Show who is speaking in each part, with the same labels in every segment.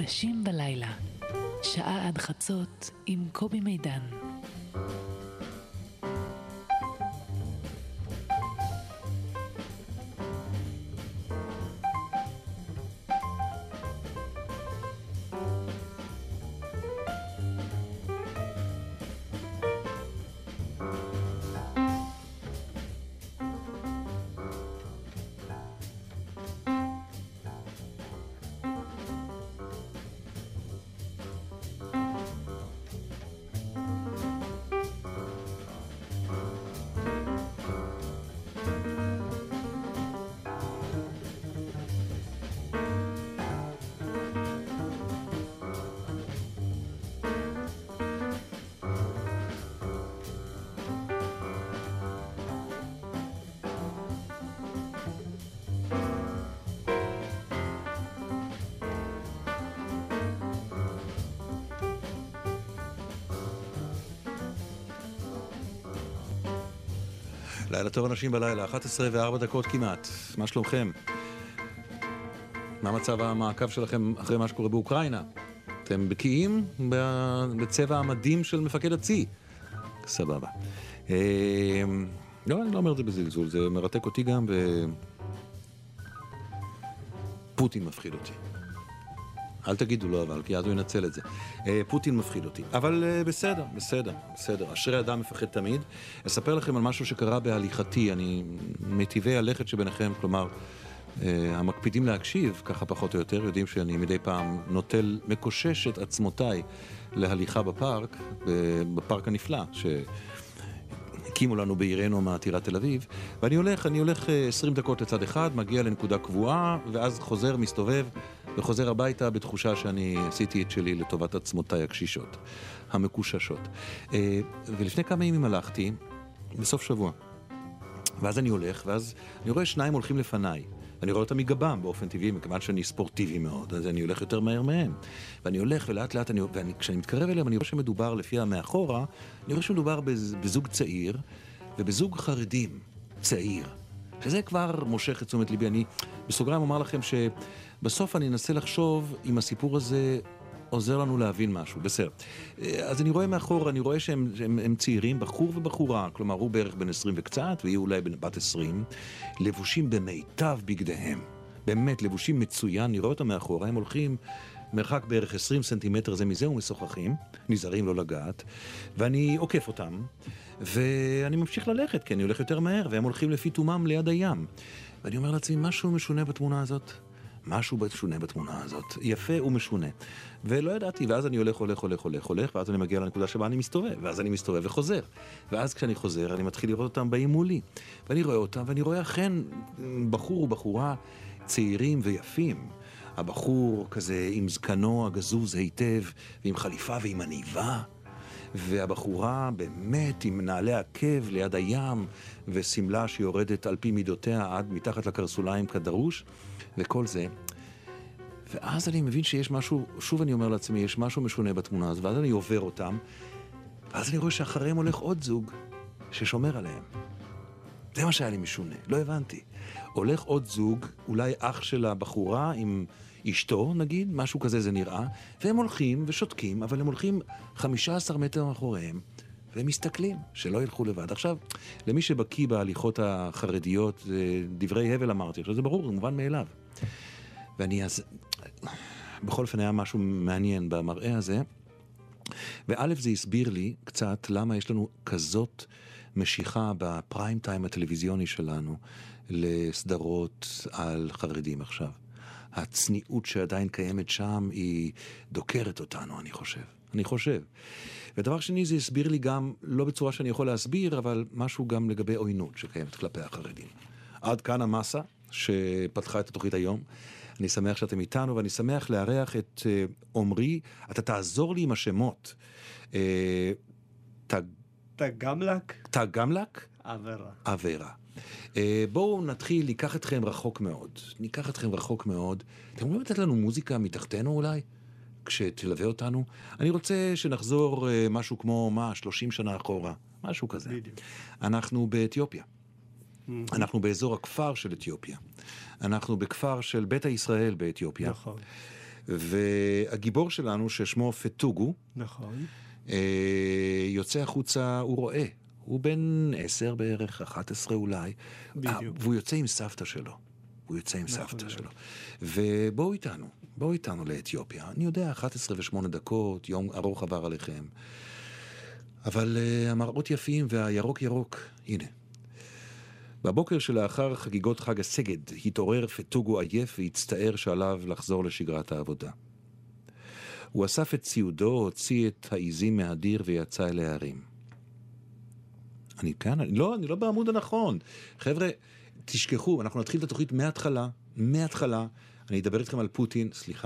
Speaker 1: נשים בלילה, שעה עד חצות עם קובי מידן.
Speaker 2: לילה טוב אנשים בלילה, 11:04 כמעט. מה שלומכם? מה מצב המעקב שלכם אחרי מה שקורה באוקראינה? אתם בקיאים בצבע המדים של מפקד הצי? סבבה. לא, אני לא אומר את זה בזלזול, זה מרתק אותי גם, פוטין מפחיד אותי. אל תגידו לו אבל, כי אז הוא ינצל את זה. פוטין מפחיד אותי. אבל בסדר. אשרי אדם מפחד תמיד. אספר לכם על משהו שקרה בהליכתי. אני מטיבי הלכת שביניכם, כלומר, המקפידים להקשיב, ככה פחות או יותר, יודעים שאני מדי פעם נוטל, מקושש את עצמותיי להליכה בפארק הנפלא, הקימו לנו בעירנו מהטירת תל אביב, ואני הולך 20 דקות לצד אחד, מגיע לנקודה קבועה, ואז חוזר, מסתובב, וחוזר הביתה בתחושה שאני עשיתי את שלי לטובת עצמותיי הקשישות, המקוששות. ולפני כמה ימים הלכתי, בסוף שבוע, ואז אני הולך, ואז אני רואה שניים הולכים לפניי, ואני רואה אותם מגבם באופן טבעי, מכיוון שאני ספורטיבי מאוד, אז אני הולך יותר מהר מהם. ואני הולך ולאט לאט, וכשאני מתקרב אליהם, אני רואה שמדובר לפי המאחורה, אני רואה שמדובר בזוג צעיר, ובזוג חרדים צעיר. שזה כבר מושך את תשומת ליבי. אני בסוגריים אומר לכם שבסוף אני אנסה לחשוב אם הסיפור הזה עוזר לנו להבין משהו. בסדר. אז אני רואה מאחור, אני רואה שהם צעירים, בחור ובחורה, כלומר הוא בערך בן 20 וקצת, והיא אולי בת 20, לבושים במיטב בגדיהם. באמת, לבושים מצוין, אני רואה אותם מאחורה, הם הולכים מרחק בערך 20 סנטימטר זה מזה ומשוחחים, נזהרים לא לגעת, ואני עוקף אותם, ואני ממשיך ללכת, כי אני הולך יותר מהר, והם הולכים לפי תומם ליד הים. ואני אומר לעצמי, משהו משונה בתמונה הזאת. משהו משונה בתמונה הזאת, יפה ומשונה. ולא ידעתי, ואז אני הולך, ואז אני מגיע לנקודה שבה אני מסתובב, ואז אני מסתובב וחוזר. ואז כשאני חוזר, אני מתחיל לראות אותם באים מולי. ואני רואה אותם, ואני רואה אכן בחור ובחורה צעירים ויפים. הבחור כזה עם זקנו הגזוז היטב, ועם חליפה ועם עניבה. והבחורה באמת עם נעלי עקב ליד הים, וסמלה שיורדת על פי מידותיה עד מתחת לקרסוליים כדרוש. וכל זה, ואז אני מבין שיש משהו, שוב אני אומר לעצמי, יש משהו משונה בתמונה הזאת, ואז אני עובר אותם, ואז אני רואה שאחריהם הולך עוד זוג ששומר עליהם. זה מה שהיה לי משונה, לא הבנתי. הולך עוד זוג, אולי אח של הבחורה עם אשתו, נגיד, משהו כזה זה נראה, והם הולכים ושותקים, אבל הם הולכים 15 מטר מאחוריהם, והם מסתכלים, שלא ילכו לבד. עכשיו, למי שבקיא בהליכות החרדיות, דברי הבל אמרתי, עכשיו זה ברור, זה מובן מאליו. ואני אז, בכל אופן היה משהו מעניין במראה הזה, וא' זה הסביר לי קצת למה יש לנו כזאת משיכה בפריים טיים הטלוויזיוני שלנו לסדרות על חרדים עכשיו. הצניעות שעדיין קיימת שם היא דוקרת אותנו, אני חושב. ודבר שני, זה הסביר לי גם, לא בצורה שאני יכול להסביר, אבל משהו גם לגבי עוינות שקיימת כלפי החרדים. עד כאן המסה שפתחה את התוכנית היום. אני שמח שאתם איתנו, ואני שמח לארח את עומרי. אתה תעזור לי עם השמות.
Speaker 3: תגמלק?
Speaker 2: תגמלק?
Speaker 3: אברה.
Speaker 2: בואו נתחיל, ניקח אתכם רחוק מאוד. אתם יכולים לתת לנו מוזיקה מתחתנו אולי? כשתלווה אותנו. אני רוצה שנחזור משהו כמו 30 שנה אחורה. משהו כזה.
Speaker 3: בדיוק.
Speaker 2: אנחנו באתיופיה. אנחנו באזור הכפר של אתיופיה. אנחנו בכפר של ביתא ישראל באתיופיה.
Speaker 3: נכון.
Speaker 2: והגיבור שלנו, ששמו פטוגו,
Speaker 3: נכון.
Speaker 2: יוצא החוצה, הוא רואה. הוא בן 10 בערך, 11 אולי.
Speaker 3: בדיוק.
Speaker 2: והוא יוצא עם סבתא שלו. ובואו איתנו לאתיופיה. אני יודע, 11 ו8 דקות, יום ארוך עבר עליכם. אבל המראות יפים והירוק ירוק, הנה. בבוקר שלאחר חגיגות חג הסגד, התעורר פטוגו עייף והצטער שעליו לחזור לשגרת העבודה. הוא אסף את ציודו, הוציא את העיזים מהדיר ויצא אל הערים. אני כאן, אני לא בעמוד הנכון. חבר'ה, תשכחו, אנחנו נתחיל את התוכנית מההתחלה. אני אדבר איתכם על פוטין, סליחה.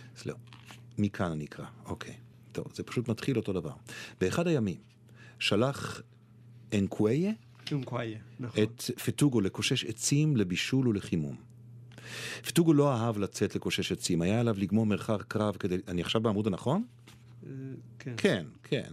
Speaker 2: מכאן אני אקרא, אוקיי. טוב, זה פשוט מתחיל אותו דבר. באחד הימים שלח אנקוויה
Speaker 3: נכון.
Speaker 2: את פטוגו לקושש עצים לבישול ולחימום. פטוגו לא אהב לצאת לקושש עצים, היה עליו לגמור מרחב קרב כדי... אני עכשיו בעמוד הנכון?
Speaker 3: כן.
Speaker 2: כן.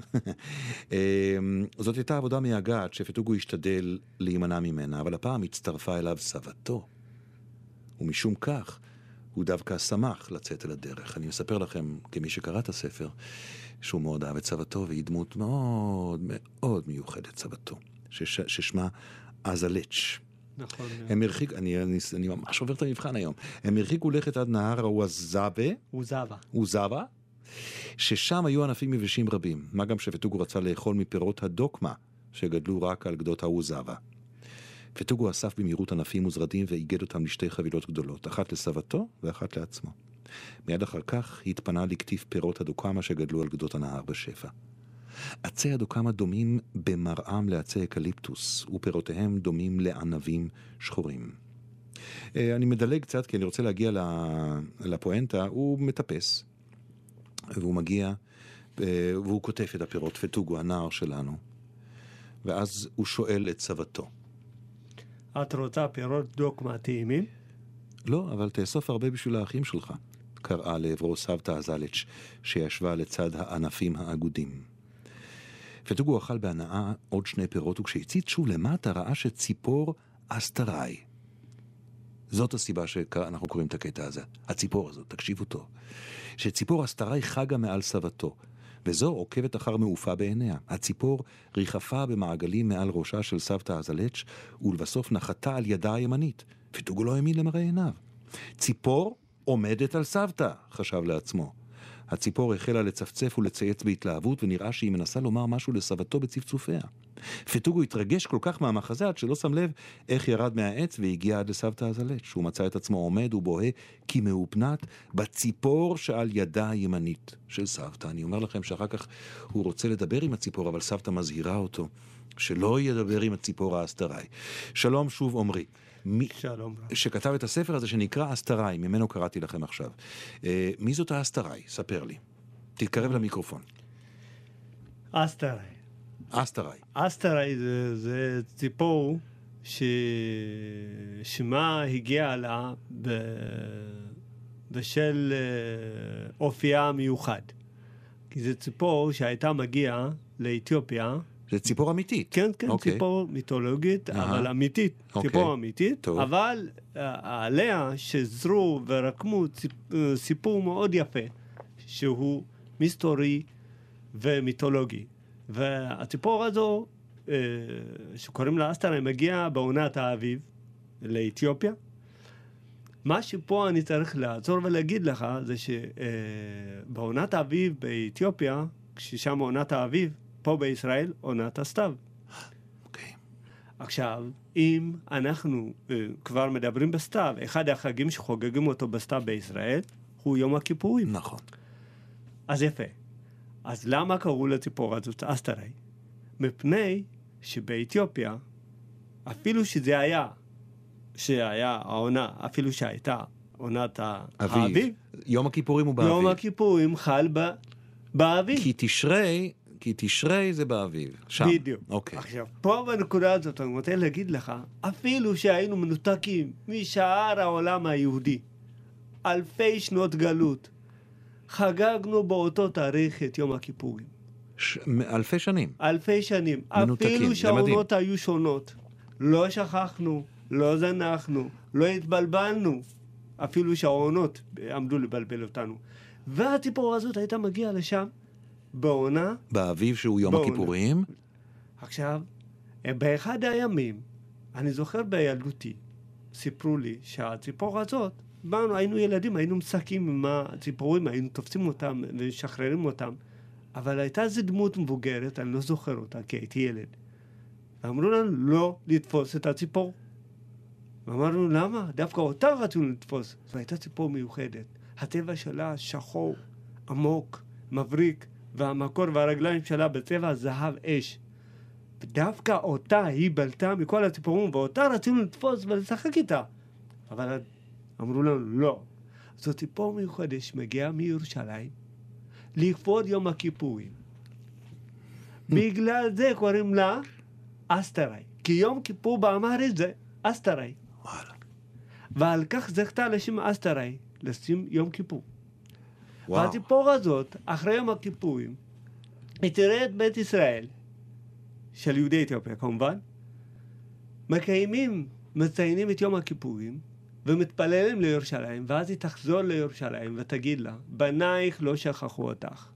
Speaker 2: זאת הייתה עבודה מייגעת שפטוגו השתדל להימנע ממנה, אבל הפעם הצטרפה אליו סבתו. ומשום כך הוא דווקא שמח לצאת אל הדרך. אני מספר לכם, כמי שקרא את הספר, שהוא מאוד אהב את סבתו, והיא דמות מאוד מאוד מיוחדת, סבתו, ששמה אזלץ'.
Speaker 3: נכון.
Speaker 2: אני ממש עובר את המבחן היום. הם הרחיקו לכת עד נהר אוזבה, ששם היו ענפים יבשים רבים, מה גם שפטוגו רצה לאכול מפירות הדוקמה, שגדלו רק על גדות האוזבה. פטוגו אסף במהירות ענפים וזרדים ואיגד אותם לשתי חבילות גדולות, אחת לסבתו ואחת לעצמו. מיד אחר כך התפנה לקטיף פירות הדוקמה שגדלו על גדות הנהר בשפע. עצי הדוקמה דומים במראם לעצי אקליפטוס, ופירותיהם דומים לענבים שחורים. אני מדלג קצת כי אני רוצה להגיע לפואנטה. הוא מטפס, והוא מגיע, והוא כותב את הפירות, פטוגו, הנער שלנו. ואז הוא שואל את סבתו.
Speaker 3: את רוצה פירות דוקמה טעימים?
Speaker 2: לא, אבל תאסוף הרבה בשביל האחים שלך, קראה לעברו סבתא אזלץ' שישבה לצד הענפים האגודים. פטוגו אכל בהנאה עוד 2 פירות, וכשהציץ שוב למטה ראה שציפור אסטראי. זאת הסיבה שאנחנו קוראים את הקטע הזה. הציפור הזאת, תקשיבו טוב. שציפור אסטראי חגה מעל סבתו, וזו עוקבת אחר מעופה בעיניה. הציפור ריחפה במעגלים מעל ראשה של סבתא אזלץ' ולבסוף נחתה על ידה הימנית. פטוגו לא האמין למראה עיניו. ציפור עומדת על סבתא, חשב לעצמו. הציפור החלה לצפצף ולצייץ בהתלהבות, ונראה שהיא מנסה לומר משהו לסבתו בצפצופיה. פטוגו התרגש כל כך מהמחזה עד שלא שם לב איך ירד מהעץ והגיע עד לסבתא אזלץ'. הוא מצא את עצמו עומד ובוהה כמאופנת בציפור שעל ידה הימנית של סבתא. אני אומר לכם שאחר כך הוא רוצה לדבר עם הציפור, אבל סבתא מזהירה אותו שלא ידבר עם הציפור האסטראי. שלום שוב עומרי.
Speaker 3: שלום.
Speaker 2: שכתב את הספר הזה שנקרא אסטראי, ממנו קראתי לכם עכשיו. מי זאת האסטראי? ספר לי. תתקרב למיקרופון.
Speaker 3: אסטראי זה ציפור ששמה הגיע לה בשל אופייה מיוחד. כי זה ציפור שהייתה מגיעה לאתיופיה.
Speaker 2: זה ציפור אמיתית.
Speaker 3: כן, ציפור מיתולוגית, אבל אמיתית. ציפור אמיתית, אבל עליה שזרו ורקמו סיפור מאוד יפה, שהוא מסתורי ומיתולוגי. והציפור הזו, שקוראים לה אסטראי, מגיעה בעונת האביב לאתיופיה. מה שפה אני צריך לעצור ולהגיד לך, זה שבעונת האביב באתיופיה, כששם עונת האביב, פה בישראל עונת הסתיו.
Speaker 2: אוקיי.
Speaker 3: עכשיו, אם אנחנו כבר מדברים בסתיו, אחד החגים שחוגגים אותו בסתיו בישראל, הוא יום הכיפורים.
Speaker 2: נכון.
Speaker 3: אז יפה. אז למה קראו לציפור הזאת אסטראי? מפני שבאתיופיה, אפילו שזה שהיה העונה, אפילו שהייתה עונת האביב,
Speaker 2: יום הכיפורים הוא באביב.
Speaker 3: יום הכיפורים חל באביב.
Speaker 2: כי תשרי זה באביב. שם.
Speaker 3: בדיוק.
Speaker 2: אוקיי.
Speaker 3: עכשיו, פה בנקודה הזאת אני רוצה להגיד לך, אפילו שהיינו מנותקים משאר העולם היהודי, 2000 שנות גלות, חגגנו באותו תאריך את יום הכיפורים.
Speaker 2: 2000 שנים.
Speaker 3: 2000 שנים.
Speaker 2: מנותקים,
Speaker 3: אפילו שהעונות היו שונות. לא שכחנו, לא זנחנו, לא התבלבלנו. אפילו שהעונות עמדו לבלבל אותנו. והציפור הזאת הייתה מגיעה לשם בעונה.
Speaker 2: באביב שהוא יום הכיפורים.
Speaker 3: עכשיו, באחד הימים, אני זוכר בילדותי, סיפרו לי שהציפור הזאת, היינו ילדים, היינו משחקים עם הציפורים, היינו תופסים אותם ומשחררים אותם, אבל הייתה איזו דמות מבוגרת, אני לא זוכר אותה, כי הייתי ילד. ואמרו לנו לא לתפוס את הציפור. ואמרנו, למה? דווקא אותה רצינו לתפוס. זו הייתה ציפור מיוחדת. הטבע שלה שחור, עמוק, מבריק, והמקור והרגליים שלה בצבע זהב אש. ודווקא אותה היא בלטה מכל הציפורים, ואותה רצינו לתפוס ולשחק איתה. אבל אמרו לנו, לא. זו ציפור מיוחדת שמגיעה מירושלים, לכבוד יום הכיפורים. בגלל זה קוראים לה אסתרי. כי יום כיפור באמהרית זה אסתרי.
Speaker 2: וואלה.
Speaker 3: ועל כך זכתה לשם אסתרי, לשם יום כיפור.
Speaker 2: וואו.
Speaker 3: והציפור הזאת, אחרי יום הכיפורים, היא תראה את בית ישראל, של יהודי אתיופיה כמובן, מציינים את יום הכיפורים, ומתפללים לירושלים, ואז היא תחזור לירושלים ותגיד לה, בנייך לא שכחו אותך.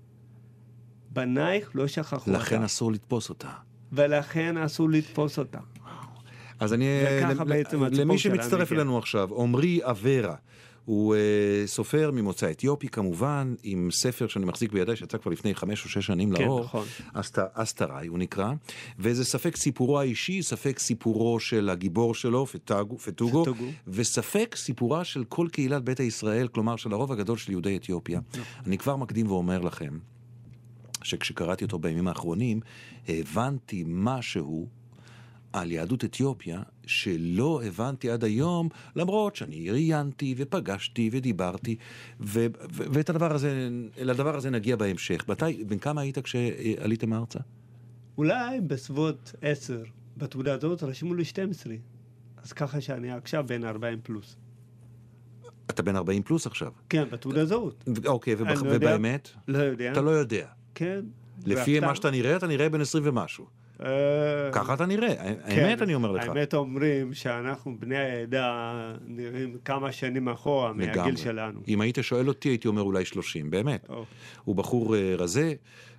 Speaker 3: בנייך לא שכחו אותך.
Speaker 2: לכן אסור לתפוס אותה.
Speaker 3: ולכן אסור לתפוס אותה.
Speaker 2: אז למי שמצטרף אלינו עכשיו, עומרי אברה, הוא סופר ממוצא אתיופי כמובן, עם ספר שאני מחזיק בידי, שיצא כבר לפני 5 או 6 שנים לאור.
Speaker 3: כן, נכון.
Speaker 2: אסתרי הוא נקרא, וזה ספק סיפורו האישי, ספק סיפורו של הגיבור שלו, פטוגו, וספק סיפורה של כל קהילת ביתא ישראל, כלומר של הרוב הגדול של יהודי אתיופיה. אני כבר מקדים ואומר לכם, שכשקראתי אותו בימים האחרונים, הבנתי משהו על יהדות אתיופיה, שלא הבנתי עד היום, למרות שאני ראיינתי ופגשתי ודיברתי, ואת הדבר הזה נגיע בהמשך. בן כמה היית כשעליתם ארצה?
Speaker 3: אולי בסביבות 10, בתעודה הזאת רשמו לי 12, אז ככה שאני עכשיו בין 40 פלוס.
Speaker 2: אתה בין 40 פלוס עכשיו?
Speaker 3: כן, בתעודה הזאת.
Speaker 2: אוקיי, ובאמת?
Speaker 3: לא יודע.
Speaker 2: אתה לא יודע?
Speaker 3: כן.
Speaker 2: לפי מה שאתה נראה, אתה נראה בין 20 ומשהו. ככה אתה נראה, האמת אני אומר לך.
Speaker 3: האמת אומרים שאנחנו בני העדה נראים כמה שנים אחורה מהגיל שלנו.
Speaker 2: אם היית שואל אותי, הייתי אומר אולי 30, באמת. הוא בחור רזה,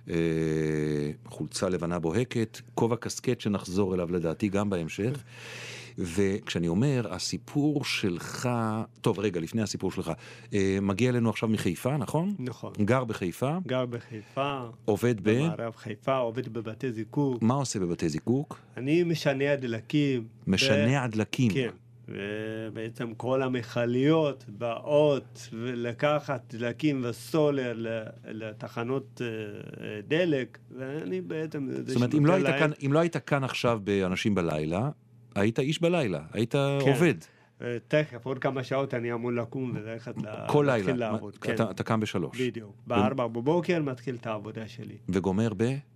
Speaker 2: חולצה לבנה בוהקת, כובע קסקט שנחזור אליו לדעתי גם בהמשך. וכשאני אומר, הסיפור שלך, טוב רגע, לפני הסיפור שלך, מגיע אלינו עכשיו מחיפה, נכון?
Speaker 3: נכון.
Speaker 2: גר בחיפה?
Speaker 3: גר בחיפה.
Speaker 2: עובד
Speaker 3: במערב חיפה, עובד בבתי זיקוק.
Speaker 2: מה עושה בבתי זיקוק?
Speaker 3: אני משנע דלקים.
Speaker 2: משנע דלקים?
Speaker 3: כן. ובעצם כל המכליות באות ולקחת דלקים וסולר לתחנות דלק, ואני בעצם...
Speaker 2: זאת אומרת, אם לא היית כאן עכשיו באנשים בלילה, היית איש בלילה, היית עובד.
Speaker 3: תכף, עוד כמה שעות אני אמור לקום וללכת
Speaker 2: כל לילה, אתה קם ב3.
Speaker 3: בדיוק, ב4 בבוקר מתחיל את העבודה שלי.
Speaker 2: וגומר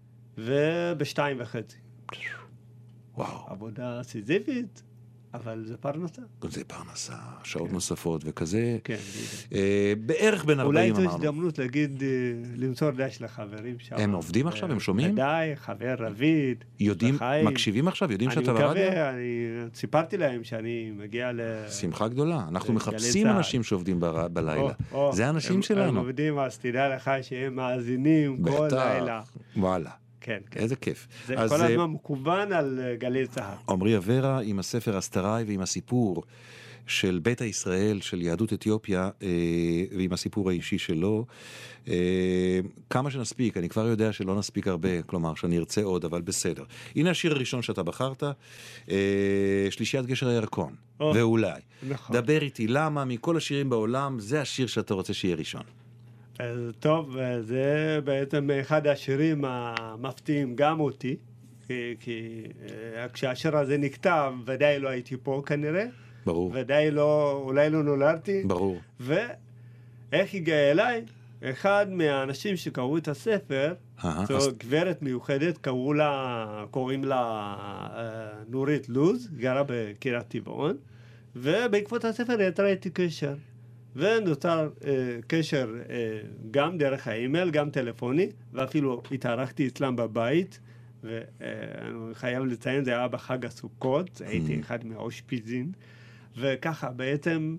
Speaker 3: וב-2:30.
Speaker 2: וואו.
Speaker 3: עבודה סיזיפית, אבל זה פרנסה.
Speaker 2: זה פרנסה, שעות נוספות וכזה.
Speaker 3: כן.
Speaker 2: בערך בין 40
Speaker 3: אמרנו.
Speaker 2: אולי
Speaker 3: זו הזדמנות להגיד, למסור דש לחברים שם.
Speaker 2: הם עובדים עכשיו, הם שומעים?
Speaker 3: ודאי, חבר רביד.
Speaker 2: יודעים, מקשיבים עכשיו, יודעים שאתה ברדיו?
Speaker 3: אני מקווה, אני סיפרתי להם שאני מגיע
Speaker 2: שמחה גדולה, אנחנו מחפשים אנשים שעובדים בלילה. זה האנשים שלנו.
Speaker 3: הם עובדים, אז תדע לך שהם מאזינים כל לילה.
Speaker 2: וואלה.
Speaker 3: כן, כן.
Speaker 2: איזה כיף.
Speaker 3: זה כל הזמן מקוון על גלי צהר.
Speaker 2: עומרי אברה עם הספר אסתרי ועם הסיפור של ביתא ישראל, של יהדות אתיופיה, ועם הסיפור האישי שלו. כמה שנספיק, אני כבר יודע שלא נספיק הרבה, כלומר שאני ארצה עוד, אבל בסדר. הנה השיר הראשון שאתה בחרת, שלישיית גשר הירקון, ואולי.
Speaker 3: נכון.
Speaker 2: דבר איתי, למה מכל השירים בעולם, זה השיר שאתה רוצה שיהיה ראשון?
Speaker 3: טוב, זה בעצם אחד השירים המפתיעים גם אותי, כי כשהשיר הזה נכתב, ודאי לא הייתי פה כנראה.
Speaker 2: ברור.
Speaker 3: ודאי לא, אולי לא נולדתי.
Speaker 2: ברור.
Speaker 3: ואיך הגיע אליי? אחד מהאנשים שקראו את הספר, זו גברת מיוחדת, קוראים לה נורית לוז, גרה בקריית טבעון, ובעקבות הספר יצרה איתי קשר. ונוצר קשר גם דרך האימייל, גם טלפוני, ואפילו התארחתי אצלם בבית, ואני חייב לציין, זה היה בחג הסוכות, הייתי אחד מהאושפיזין, וככה בעצם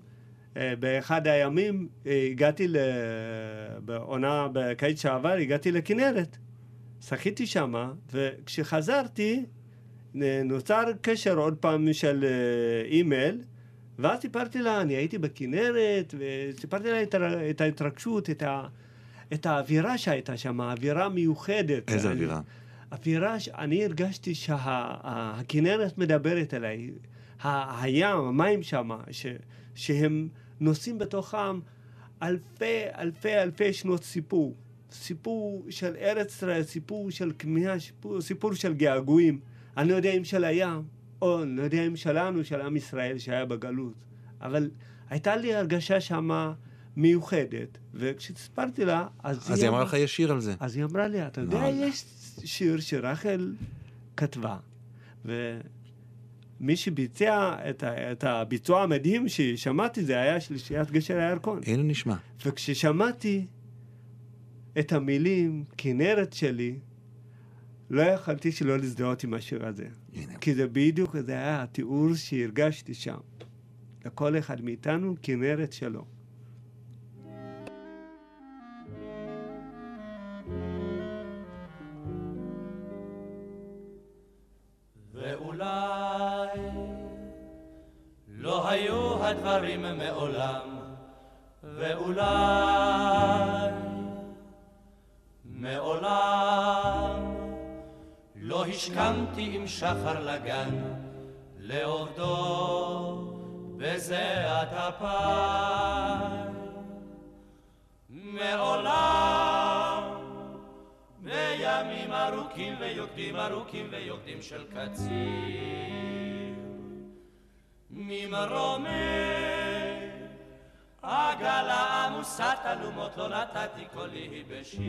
Speaker 3: באחד הימים הגעתי בעונה, בקיץ שעבר, הגעתי לכנרת. שחיתי שמה, וכשחזרתי, נוצר קשר עוד פעם של אימייל, ואז סיפרתי לה, אני הייתי בכנרת, וסיפרתי לה את ההתרגשות, את האווירה שהייתה שם, האווירה מיוחדת.
Speaker 2: איזה אווירה?
Speaker 3: אווירה, אני הרגשתי שהכנרת מדברת אליי, הים, המים שם, שהם נושאים בתוכם אלפי שנות סיפור. סיפור של ארץ ישראל, סיפור של כמיהה, סיפור של געגועים. אני לא יודע אם של הים, או אני לא יודע אם שלנו, של עם ישראל שהיה בגלות. אבל הייתה לי הרגשה שמה מיוחדת, וכשספרתי לה,
Speaker 2: אז היא אמרה לך יש שיר על זה.
Speaker 3: אז היא אמרה לי, אתה יודע, יש שיר שרחל כתבה, ומי שביצע את הביצוע המדהים ששמעתי, זה היה שלישיית גשר הירקון.
Speaker 2: הנה נשמע.
Speaker 3: וכששמעתי את המילים, כנרת שלי, לא יכלתי שלא להזדהות עם השיר הזה.
Speaker 2: הנה.
Speaker 3: כי זה בדיוק, זה היה התיאור שהרגשתי שם. לכל אחד מאיתנו, כנרת שלו.
Speaker 4: ואולי לא היו הדברים מעולם, ואולי מעולם לא השכמתי עם שחר לגן לעובדו בזיעת אפיים. מעולם בימים ארוכים ויוקדים של קציר ממרומי עגלה עמוסת אלומות לא נתתי קולי בשיר.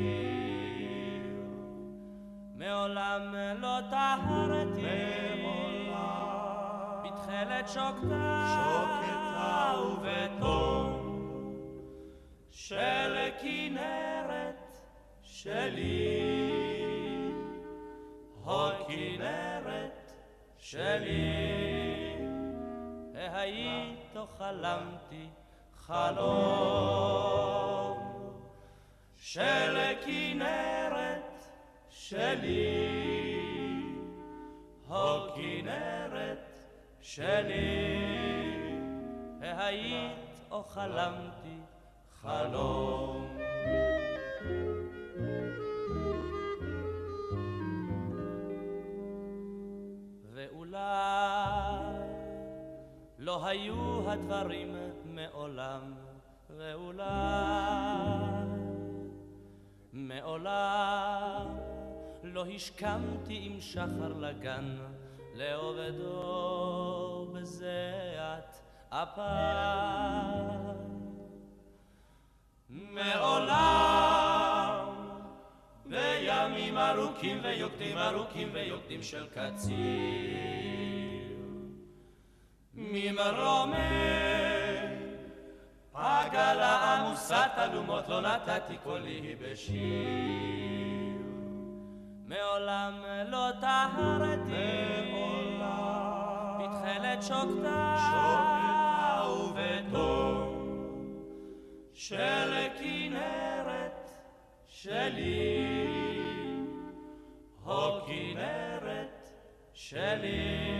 Speaker 4: מעולם לא טהרתי בתכלת שוקתה ובתום של כנרת שלי, הכנרת שלי. היית חלמתי חלום של כנרת שלי, הכנרת שלי. היית או חלמתי חלום. ואולי לא היו הדברים מעולם, ואולי מעולם לא השכמתי עם שחר לגן לעובדו בזיעת אפיים. מעולם בימים ארוכים ויוקדים של קציר ממרומי עגלה עמוסת אלומות לא נתתי קולי בשיר. מעולם לא טהרתי בתכלת שוקתה ובתום של כנרת שלי, הכנרת שלי.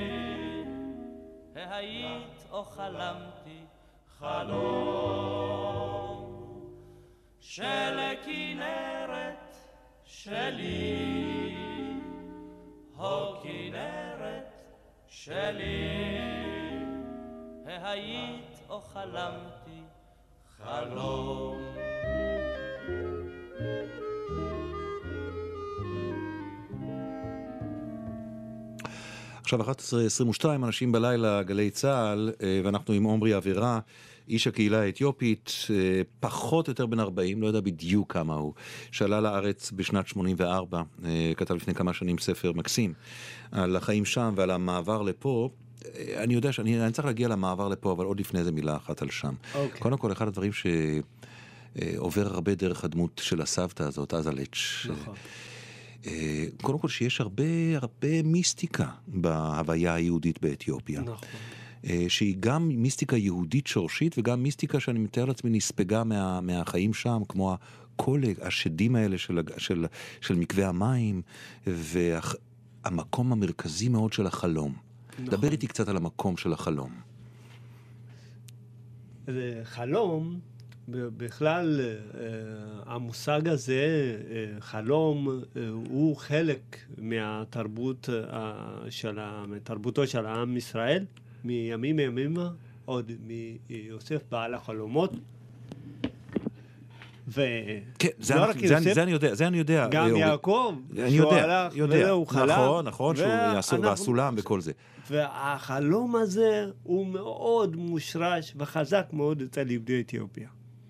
Speaker 4: היית או חלמתי חלום של כנרת שלי, הכנרת שלי. היית או חלמתי חלום.
Speaker 2: עכשיו 11:22, אנשים בלילה, גלי צהל, ואנחנו עם עומרי אווירה, איש הקהילה האתיופית, פחות או יותר בן 40, לא יודע בדיוק כמה הוא, שעלה לארץ בשנת 84, כתב לפני כמה שנים ספר מקסים, על החיים שם ועל המעבר לפה. אני יודע שאני צריך להגיע למעבר לפה, אבל עוד לפני זה מילה אחת על שם. קודם כל, אחד הדברים שעובר הרבה דרך הדמות של הסבתא הזאת, אזלץ'. נכון. קודם כל שיש הרבה מיסטיקה בהוויה היהודית באתיופיה. נכון. שהיא גם מיסטיקה יהודית שורשית, וגם מיסטיקה שאני מתאר לעצמי נספגה מהחיים שם, כמו כל השדים האלה של מקווה המים, והמקום המרכזי מאוד של החלום.
Speaker 3: נכון.
Speaker 2: דבר איתי קצת על המקום של החלום.
Speaker 3: חלום, בכלל המושג הזה, חלום, הוא חלק מתרבותו של העם ישראל, מימים ימימה, עוד מיוסף בעל החלומות.
Speaker 2: כן, זה אני יודע.
Speaker 3: גם יעקב, שהוא הלך ולא חלם.
Speaker 2: נכון, שהוא והסולם וכל זה.
Speaker 3: והחלום הזה הוא מאוד מושרש וחזק מאוד אצל יהודי אתיופיה.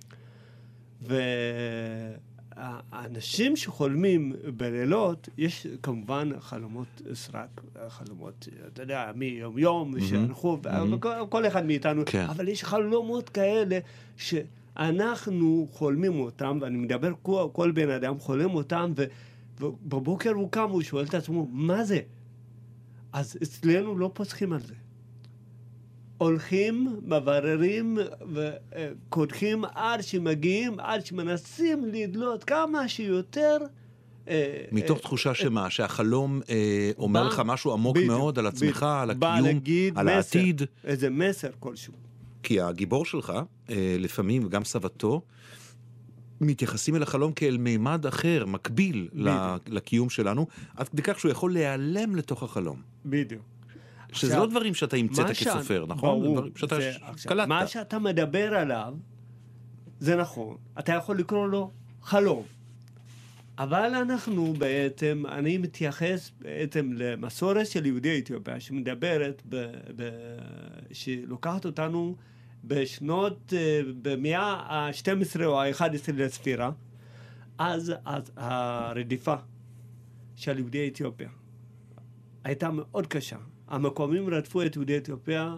Speaker 3: והאנשים שחולמים בלילות, יש כמובן חלומות סרק, חלומות, אתה יודע, מיום יום, שאנחנו, כל אחד מאיתנו, אבל יש חלומות כאלה שאנחנו חולמים אותם, ואני מדבר, כל בן אדם חולם אותם, ובבוקר הוא קם, הוא שואל את עצמו, מה זה? אז אצלנו לא פוסחים על זה. הולכים, מבררים וקודחים עד שמגיעים, עד שמנסים לדלות כמה שיותר.
Speaker 2: מתוך תחושה שמה? שהחלום אומר לך משהו עמוק מאוד על עצמך, על הקיום, על העתיד.
Speaker 3: איזה מסר כלשהו.
Speaker 2: כי הגיבור שלך, לפעמים, וגם סבתו, מתייחסים אל החלום כאל מימד אחר, מקביל לקיום שלנו, עד כדי כך שהוא יכול להיעלם לתוך החלום.
Speaker 3: בדיוק.
Speaker 2: שזה לא דברים שאתה המצאת כסופר, נכון? דברים שאתה קלטת.
Speaker 3: מה שאתה מדבר עליו, זה נכון. אתה יכול לקרוא לו חלום. אבל אנחנו בעצם, אני מתייחס בעצם למסורת של יהודי אתיופיה, שמדברת, שלוקחת אותנו בשנות, במאה ה-12 או ה-11 לספירה, אז הרדיפה של יהודי אתיופיה הייתה מאוד קשה. המקומים רדפו את יהודי אתיופיה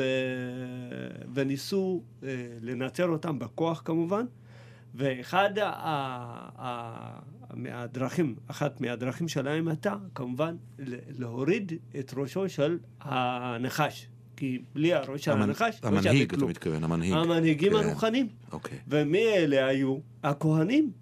Speaker 3: וניסו לנצר אותם בכוח כמובן, ואחת מהדרכים שלהם הייתה כמובן להוריד את ראשו של הנחש, כי בלי הראש של הנחש
Speaker 2: המנהיג, אתה מתכוון,
Speaker 3: המנהיגים הרוחנים, ומי אלה היו? הכהנים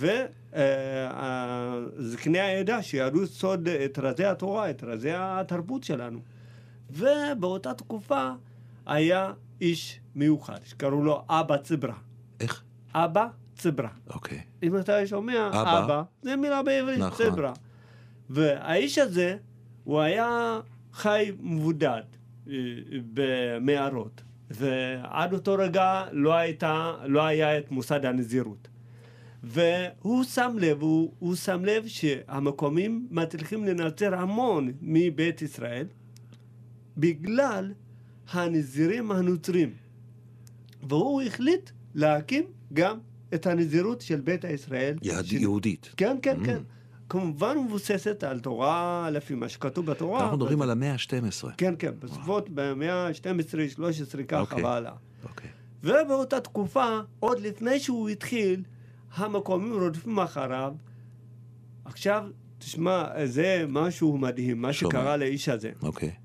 Speaker 3: זקני העדה שידעו סוד את רזי התורה, את רזי התרבות שלנו. ובאותה תקופה היה איש מיוחד שקראו לו אבא צברה.
Speaker 2: איך?
Speaker 3: אבא צברה.
Speaker 2: אוקיי.
Speaker 3: אם אתה שומע, אבא, זה מילה בעברית, נכון. צברה. והאיש הזה, הוא היה חי מבודד במערות, ועד אותו רגע לא היה את מוסד הנזירות. והוא שם לב שהמקומים מתחילים לנצר המון מבית ישראל בגלל הנזירים הנוצרים, והוא החליט להקים גם את הנזירות של בית ישראל
Speaker 2: יהודית.
Speaker 3: כן. כמובן מבוססת על תורה, לפי מה שכתוב בתורה.
Speaker 2: אנחנו מדברים על המאה ה-12.
Speaker 3: כן, בסביבות במאה ה-12, 13 ככה והלאה. ובאותה תקופה, עוד לפני שהוא התחיל, המקומים רודפים אחריו. עכשיו, תשמע, זה משהו מדהים, מה שקרה לאיש הזה.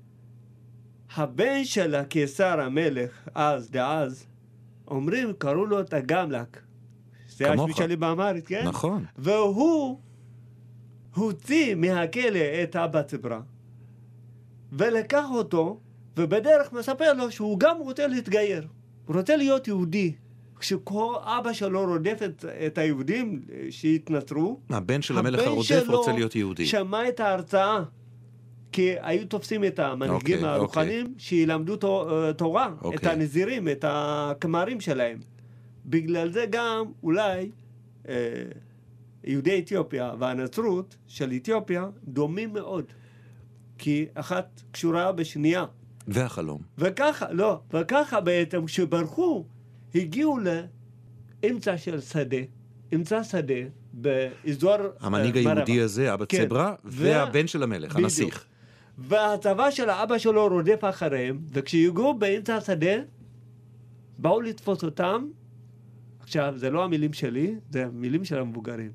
Speaker 3: הבן של הקיסר המלך, דאז, אומרים, קראו לו את הגמלק. זה השמי שלי באמרית, כן?
Speaker 2: נכון.
Speaker 3: והוא הוציא מהכלא את אבא צברה, ולקח אותו, ובדרך מספר לו שהוא גם רוצה להתגייר. הוא רוצה להיות יהודי. כשכל אבא שלו רודף את היהודים שהתנצרו,
Speaker 2: הבן של המלך הרודף רוצה להיות יהודי.
Speaker 3: שמע את ההרצאה, כי היו תופסים את המנהיגים הרוחנים שילמדו תורה, את הנזירים, את הכמרים שלהם. בגלל זה גם אולי יהודי אתיופיה והנצרות של אתיופיה דומים מאוד, כי אחת קשורה בשנייה.
Speaker 2: והחלום.
Speaker 3: וככה בעצם כשברחו, הגיעו לאמצע של שדה באזור
Speaker 2: המנהיג היהודי הזה, אבא צברה, והבן של המלך, הנסיך.
Speaker 3: והצבא של האבא שלו רודף אחריהם, וכשהגיעו באמצע השדה, באו לתפוס אותם. עכשיו, זה לא המילים שלי, זה המילים של המבוגרים.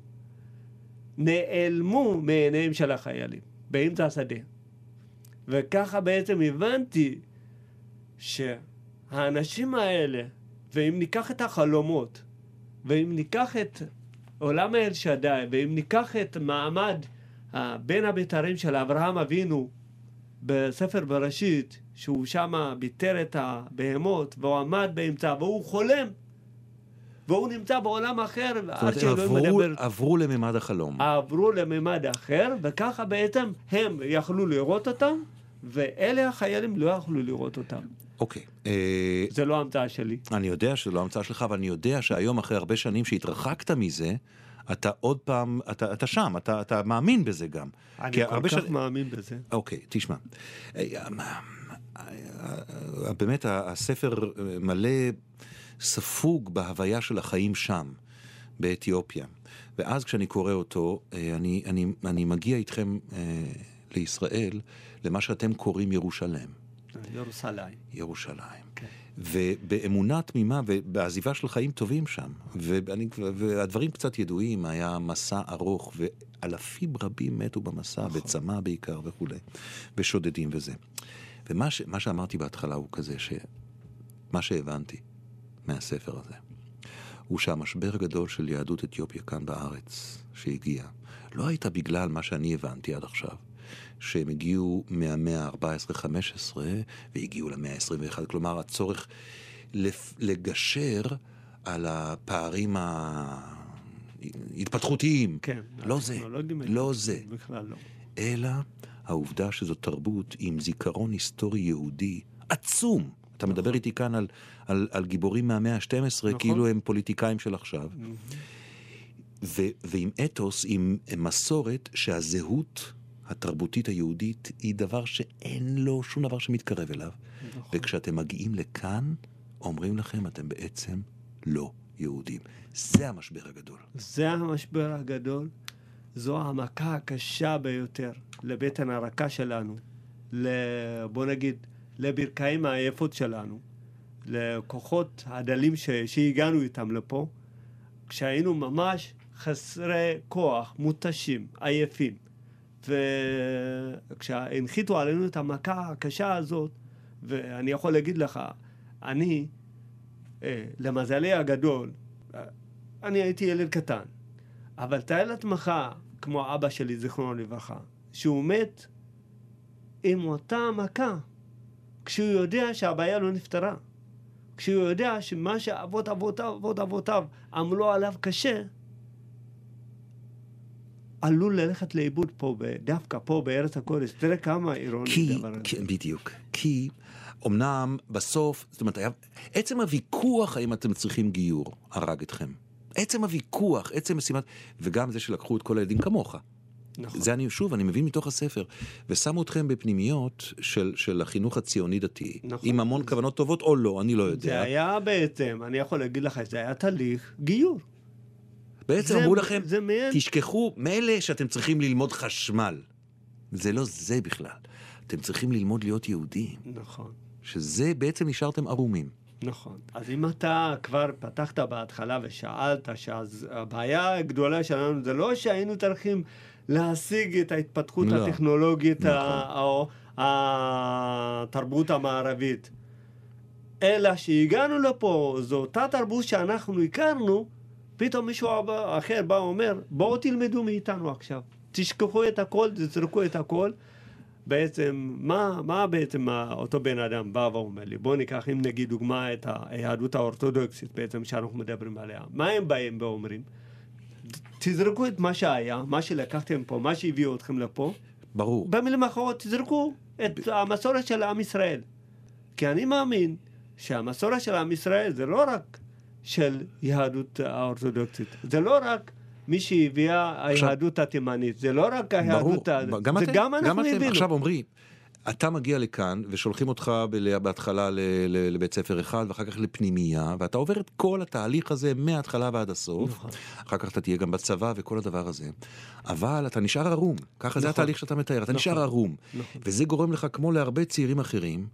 Speaker 3: נעלמו מעיניהם של החיילים, באמצע השדה. וככה בעצם הבנתי שהאנשים האלה, ואם ניקח את החלומות, ואם ניקח את עולם אל שדי, ואם ניקח את מעמד בין הבתרים של אברהם אבינו בספר בראשית, שהוא שם ביטר את הבהמות, והוא עמד באמצע, והוא חולם, והוא נמצא בעולם אחר,
Speaker 2: זאת אומרת, עברו לממד החלום.
Speaker 3: עברו לממד אחר, וככה בעצם הם יכלו לראות אותם, ואלה החיילים לא יכלו לראות אותם.
Speaker 2: אוקיי.
Speaker 3: זה לא המצאה שלי.
Speaker 2: אני יודע שזה לא המצאה שלך, אבל אני יודע שהיום אחרי הרבה שנים שהתרחקת מזה, אתה עוד פעם, אתה שם, אתה מאמין בזה גם.
Speaker 3: אני כל כך מאמין בזה.
Speaker 2: אוקיי, תשמע. באמת הספר מלא ספוג בהוויה של החיים שם, באתיופיה. ואז כשאני קורא אותו, אני מגיע איתכם לישראל, למה שאתם קוראים ירושלים. ירושלים.
Speaker 3: כן.
Speaker 2: ובאמונה תמימה ובעזיבה של חיים טובים שם, והדברים קצת ידועים, היה מסע ארוך, ואלפים רבים מתו במסע, בצמא בעיקר וכו', ושודדים וזה. ומה שאמרתי בהתחלה הוא כזה, שמה שהבנתי מהספר הזה, הוא שהמשבר הגדול של יהדות אתיופיה כאן בארץ, שהגיע, לא הייתה בגלל מה שאני הבנתי עד עכשיו, שהם הגיעו מהמאה ה-14-15 והגיעו למאה ה-21, כלומר הצורך לגשר על הפערים ההתפתחותיים.
Speaker 3: כן,
Speaker 2: לא זה, לא זה.
Speaker 3: בכלל לא.
Speaker 2: אלא העובדה שזו תרבות עם זיכרון היסטורי יהודי עצום. אתה מדבר איתי כאן על גיבורים מהמאה ה-12, כאילו הם פוליטיקאים של עכשיו. ועם אתוס, עם מסורת שהזהות התרבותית היהודית היא דבר שאין לו שום דבר שמתקרב אליו. וכשאתם מגיעים לכאן, אומרים לכם, אתם בעצם לא יהודים. זה המשבר הגדול.
Speaker 3: זה המשבר הגדול. זו המכה הקשה ביותר לבטן הרכה שלנו. בוא נגיד, לברכיים העייפות שלנו. לכוחות הדלים שהגענו איתם לפה. כשהיינו ממש חסרי כוח, מותשים, עייפים. וכשהנחיתו עלינו את המכה הקשה הזאת, ואני יכול להגיד לך, אני, למזלי הגדול, אני הייתי ילד קטן, אבל תאר לעצמך, כמו אבא שלי, זיכרונו לברכה, שהוא מת עם אותה מכה, כשהוא יודע שהבעיה לא נפתרה, כשהוא יודע שמה שאבות אבותיו עמלו עליו קשה, עלול ללכת לאיבוד פה, דווקא פה בארץ הקודש. תראה כמה אירוני דבר הזה.
Speaker 2: בדיוק. כי אמנם בסוף, זאת אומרת, עצם הוויכוח האם אתם צריכים גיור, הרג אתכם. עצם הוויכוח, עצם משימת, וגם זה שלקחו את כל הילדים כמוך.
Speaker 3: נכון.
Speaker 2: זה אני מבין מתוך הספר, ושמו אתכם בפנימיות של החינוך הציוני דתי,
Speaker 3: נכון.
Speaker 2: עם המון כוונות טובות או לא, אני לא יודע.
Speaker 3: זה היה בעצם, אני יכול להגיד לך, זה היה תהליך גיור.
Speaker 2: בעצם אמרו לכם, תשכחו מאלה שאתם צריכים ללמוד חשמל. זה לא זה בכלל. אתם צריכים ללמוד להיות יהודים.
Speaker 3: נכון.
Speaker 2: שזה בעצם נשארתם ערומים.
Speaker 3: נכון. אז אם אתה כבר פתחת בהתחלה ושאלת שהבעיה הגדולה שלנו זה לא שהיינו צריכים להשיג את ההתפתחות הטכנולוגית או התרבות המערבית, אלא שהגענו לפה, זו אותה תרבות שאנחנו הכרנו, פתאום מישהו אחר בא ואומר, בואו תלמדו מאיתנו עכשיו. תשכחו את הכל, תזרקו את הכל. בעצם, מה בעצם אותו בן אדם בא ואומר לי? בואו ניקח, אם נגיד דוגמה את היהדות האורתודוקסית בעצם שאנחנו מדברים עליה. מה הם באים ואומרים? תזרקו את מה שהיה, מה שלקחתם פה, מה שהביאו אתכם לפה.
Speaker 2: ברור.
Speaker 3: במילים אחרות, תזרקו את המסורת של עם ישראל. כי אני מאמין שהמסורת של עם ישראל זה לא רק של יהדות האורתודוקסית. זה לא רק מי שהביאה היהדות התימנית. זה לא רק היהדות...
Speaker 2: ברור.
Speaker 3: זה גם אנחנו הבינו.
Speaker 2: עכשיו אומרי, אתה מגיע לכאן ושולחים אותך בהתחלה לבית ספר אחד ואחר כך לפנימייה, ואתה עובר את כל התהליך הזה מההתחלה ועד הסוף.
Speaker 3: נכון.
Speaker 2: אחר כך אתה תהיה גם בצבא וכל הדבר הזה. אבל אתה נשאר ערום. ככה זה התהליך שאתה מתאר. אתה נשאר ערום. וזה גורם לך, כמו להרבה צעירים אחרים,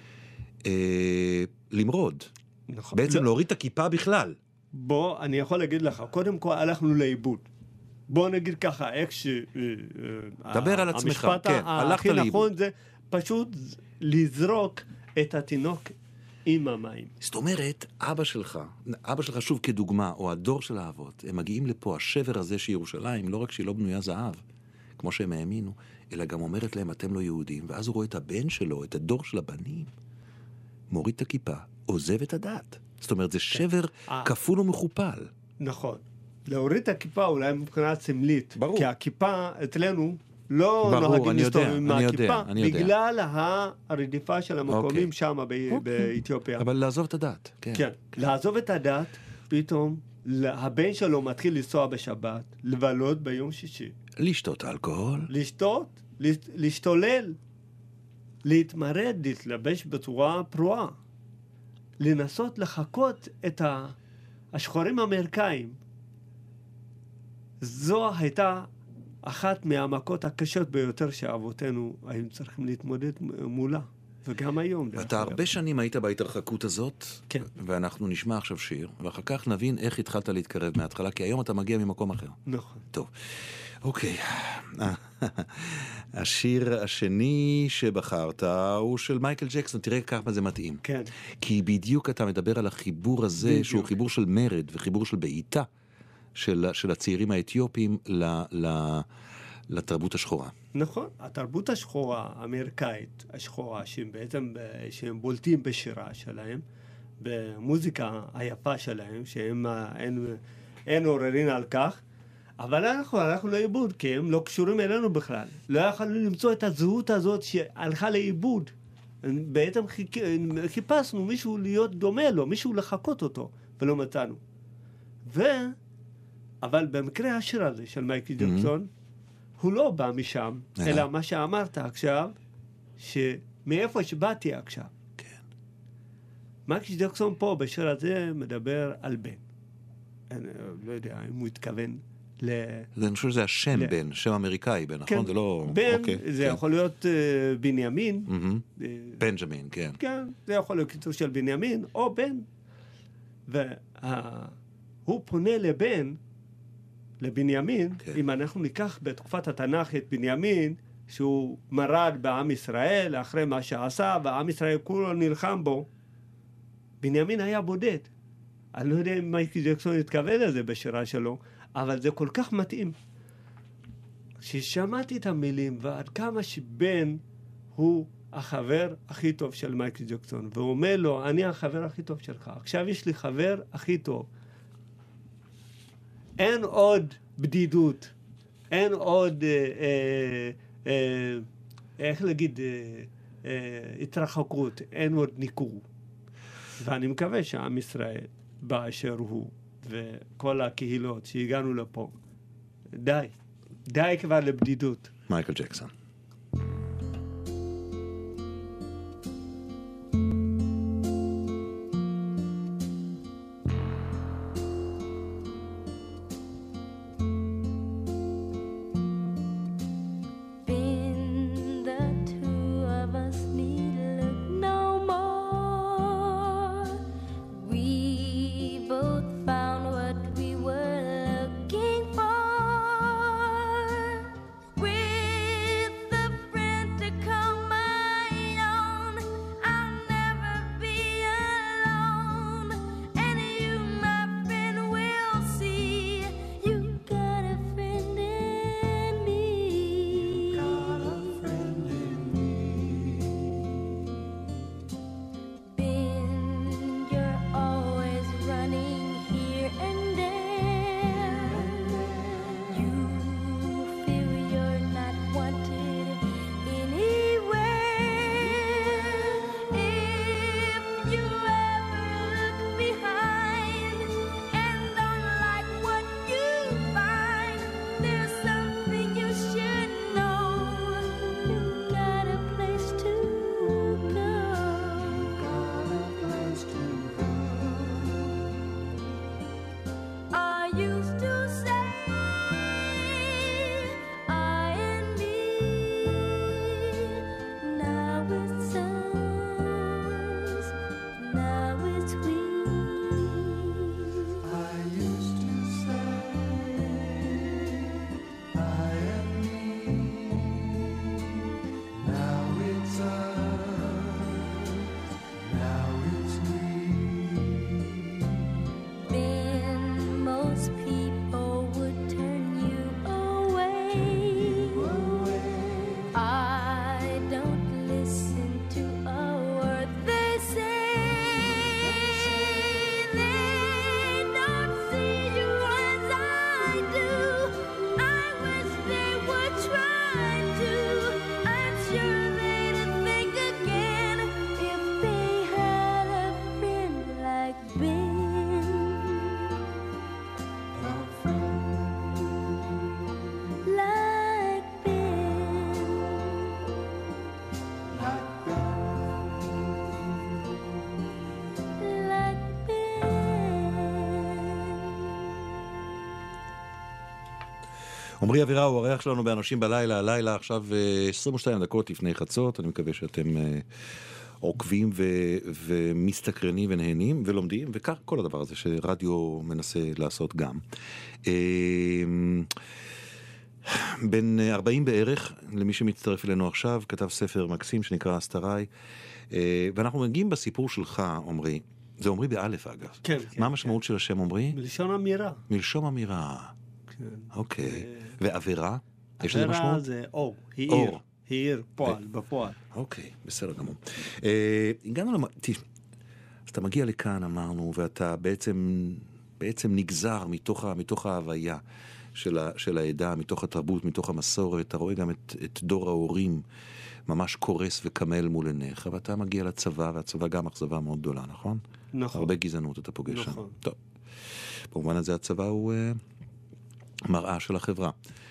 Speaker 2: למרוד.
Speaker 3: נכון.
Speaker 2: בעצם להוריד את הכיפה בכלל.
Speaker 3: בוא, אני יכול להגיד לך, קודם כל הלכנו לאיבוד. בוא נגיד ככה, איך
Speaker 2: דבר על עצמך,
Speaker 3: המשפט
Speaker 2: כן,
Speaker 3: הכי נכון זה פשוט לזרוק את התינוק עם המים.
Speaker 2: זאת אומרת, אבא שלך שוב כדוגמה, או הדור של האבות, הם מגיעים לפה, השבר הזה שירושלים, לא רק שהיא לא בנויה זהב, כמו שהם האמינו, אלא גם אומרת להם, אתם לא יהודים, ואז הוא רואה את הבן שלו, את הדור של הבנים, מוריד את הכיפה, עוזב את הדת. זאת אומרת, זה שבר כפול ומכופל.
Speaker 3: נכון. להוריד את הכיפה אולי מבחינה סמלית.
Speaker 2: ברור.
Speaker 3: כי הכיפה אצלנו לא נוהגים להסתובב עם הכיפה, בגלל הרדיפה של המקומים שם באתיופיה.
Speaker 2: אבל לעזוב את הדת.
Speaker 3: כן. לעזוב את הדת, פתאום הבן שלו מתחיל לנסוע בשבת, לבלות ביום שישי.
Speaker 2: לשתות אלכוהול.
Speaker 3: להשתולל, להתמרד, להתלבש בצורה פרועה. לנסות לחכות את השחורים האמריקאים. זו הייתה אחת מהמכות הקשות ביותר שאבותינו היו צריכים להתמודד מולה. וגם היום.
Speaker 2: אתה הרבה שנים היית בהתרחקות הזאת,
Speaker 3: כן.
Speaker 2: ואנחנו נשמע עכשיו שיר, ואחר כך נבין איך התחלת להתקרב מההתחלה, כי היום אתה מגיע ממקום אחר.
Speaker 3: נכון.
Speaker 2: טוב, אוקיי. השיר השני שבחרת הוא של מייקל ג'קסון, תראה כמה זה מתאים.
Speaker 3: כן.
Speaker 2: כי בדיוק אתה מדבר על החיבור הזה, בדיוק. שהוא חיבור של מרד וחיבור של בעיטה של הצעירים האתיופים לתרבות השחורה.
Speaker 3: נכון, התרבות השחורה, האמריקאית, השחורה, שהם בולטים בשירה שלהם, במוזיקה היפה שלהם, שהם אין עוררין על כך, אבל אנחנו לאיבוד, כי הם לא קשורים אלינו בכלל. לא יכולנו למצוא את הזהות הזאת שהלכה לאיבוד. בעצם חיפשנו מישהו להיות דומה לו, מישהו לחכות אותו, ולא מצאנו. אבל במקרה השיר הזה של מייקל ג'קסון, הוא לא בא משם, אלא מה שאמרת עכשיו, שמאיפה שבאתי עכשיו.
Speaker 2: כן.
Speaker 3: מייקל ג'קסון פה בשיר הזה מדבר על בן. אני לא יודע אם הוא התכוון
Speaker 2: אני חושב שזה השם בן, שם אמריקאי בן, נכון?
Speaker 3: כן,
Speaker 2: זה לא...
Speaker 3: בן, זה יכול להיות בנימין.
Speaker 2: בנג'מין, כן.
Speaker 3: כן, זה יכול להיות קיצור של בנימין, או בן. והוא פונה לבנימין, אם אנחנו ניקח בתקופת התנ"ך את בנימין, שהוא מרד בעם ישראל, אחרי מה שעשה, ועם ישראל כולו נלחם בו, בנימין היה בודד. אני לא יודע אם מייקל ג'קסון התכוון לזה בשירה שלו, אבל זה כל כך מתאים. כששמעתי את המילים, ועד כמה שבן הוא החבר הכי טוב של מייקל ג'קסון, והוא אומר לו, אני החבר הכי טוב שלך, עכשיו יש לי חבר הכי טוב. אין עוד בדידות, אין עוד, איך להגיד, התרחקות, אין עוד ניכור. ואני מקווה שעם ישראל, באשר הוא, וכל הקהילות שהגענו לפה, די כבר לבדידות.
Speaker 2: מייקל ג'קסון. עמרי אבירם הוא האורח שלנו באנשים בלילה, הלילה עכשיו 22 דקות לפני חצות, אני מקווה שאתם עוקבים ומסתקרנים ונהנים ולומדים, וכך כל הדבר הזה שרדיו מנסה לעשות גם. בן 40 בערך, למי שמצטרף אלינו עכשיו, כתב ספר מקסים שנקרא אסתראי, ואנחנו מגיעים בסיפור שלך, עמרי, זה עמרי באלף אגב.
Speaker 3: כן.
Speaker 2: מה המשמעות של השם עמרי?
Speaker 3: מלשון אמירה.
Speaker 2: מלשון אמירה.
Speaker 3: כן.
Speaker 2: אוקיי. ועבירה? יש לזה משמעות?
Speaker 3: עבירה זה אור, היא
Speaker 2: אור.
Speaker 3: עיר. היא עיר, פועל, בפועל.
Speaker 2: אוקיי, בסדר גמור. הגענו אז אתה מגיע לכאן, אמרנו, ואתה בעצם נגזר מתוך ההוויה של העדה, מתוך התרבות, מתוך המסורת. אתה רואה גם את דור ההורים ממש קורס וקמל מול עיניך, ואתה מגיע לצבא, והצבא גם אכזבה מאוד גדולה, נכון?
Speaker 3: נכון.
Speaker 2: הרבה גזענות אתה פוגש שם.
Speaker 3: נכון.
Speaker 2: טוב. במובן הזה הצבא הוא מראה של החברה.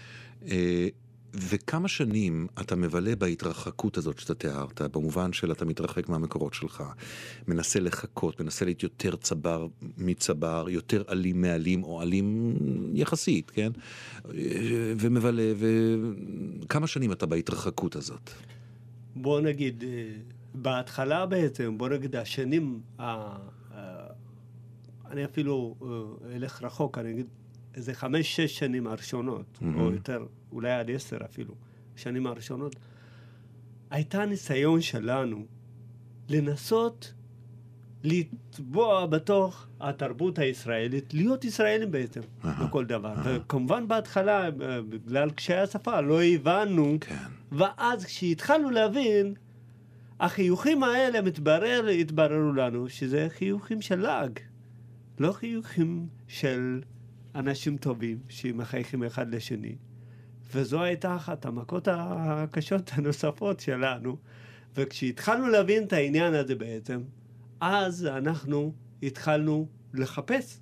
Speaker 2: וכמה שנים אתה מבלה בהתרחקות הזאת שאתה תיארת, במובן של אתה מתרחק מהמקורות שלך, מנסה לחכות, מנסה להיות יותר צבר מצבר, יותר אלים מאלים, או אלים יחסית, כן? ומבלה, וכמה שנים אתה בהתרחקות הזאת?
Speaker 3: בוא נגיד, בהתחלה בעצם, בוא נגיד, השנים, אני אפילו אלך רחוק, אני אגיד, איזה 5-6 שנים הראשונות, או יותר, אולי עד 10 אפילו, שנים הראשונות, הייתה ניסיון שלנו לנסות לטבוע בתוך התרבות הישראלית, להיות ישראלים בעצם, בכל דבר. וכמובן בהתחלה, בגלל קשיי השפה, לא הבנו, ואז כשהתחלנו להבין, החיוכים האלה התבררו לנו שזה חיוכים של לעג, לא חיוכים של אנשים טובים שמחייכים אחד לשני. וזו הייתה אחת המכות הקשות הנוספות שלנו. וכשהתחלנו להבין את העניין הזה בעצם, אז אנחנו התחלנו לחפש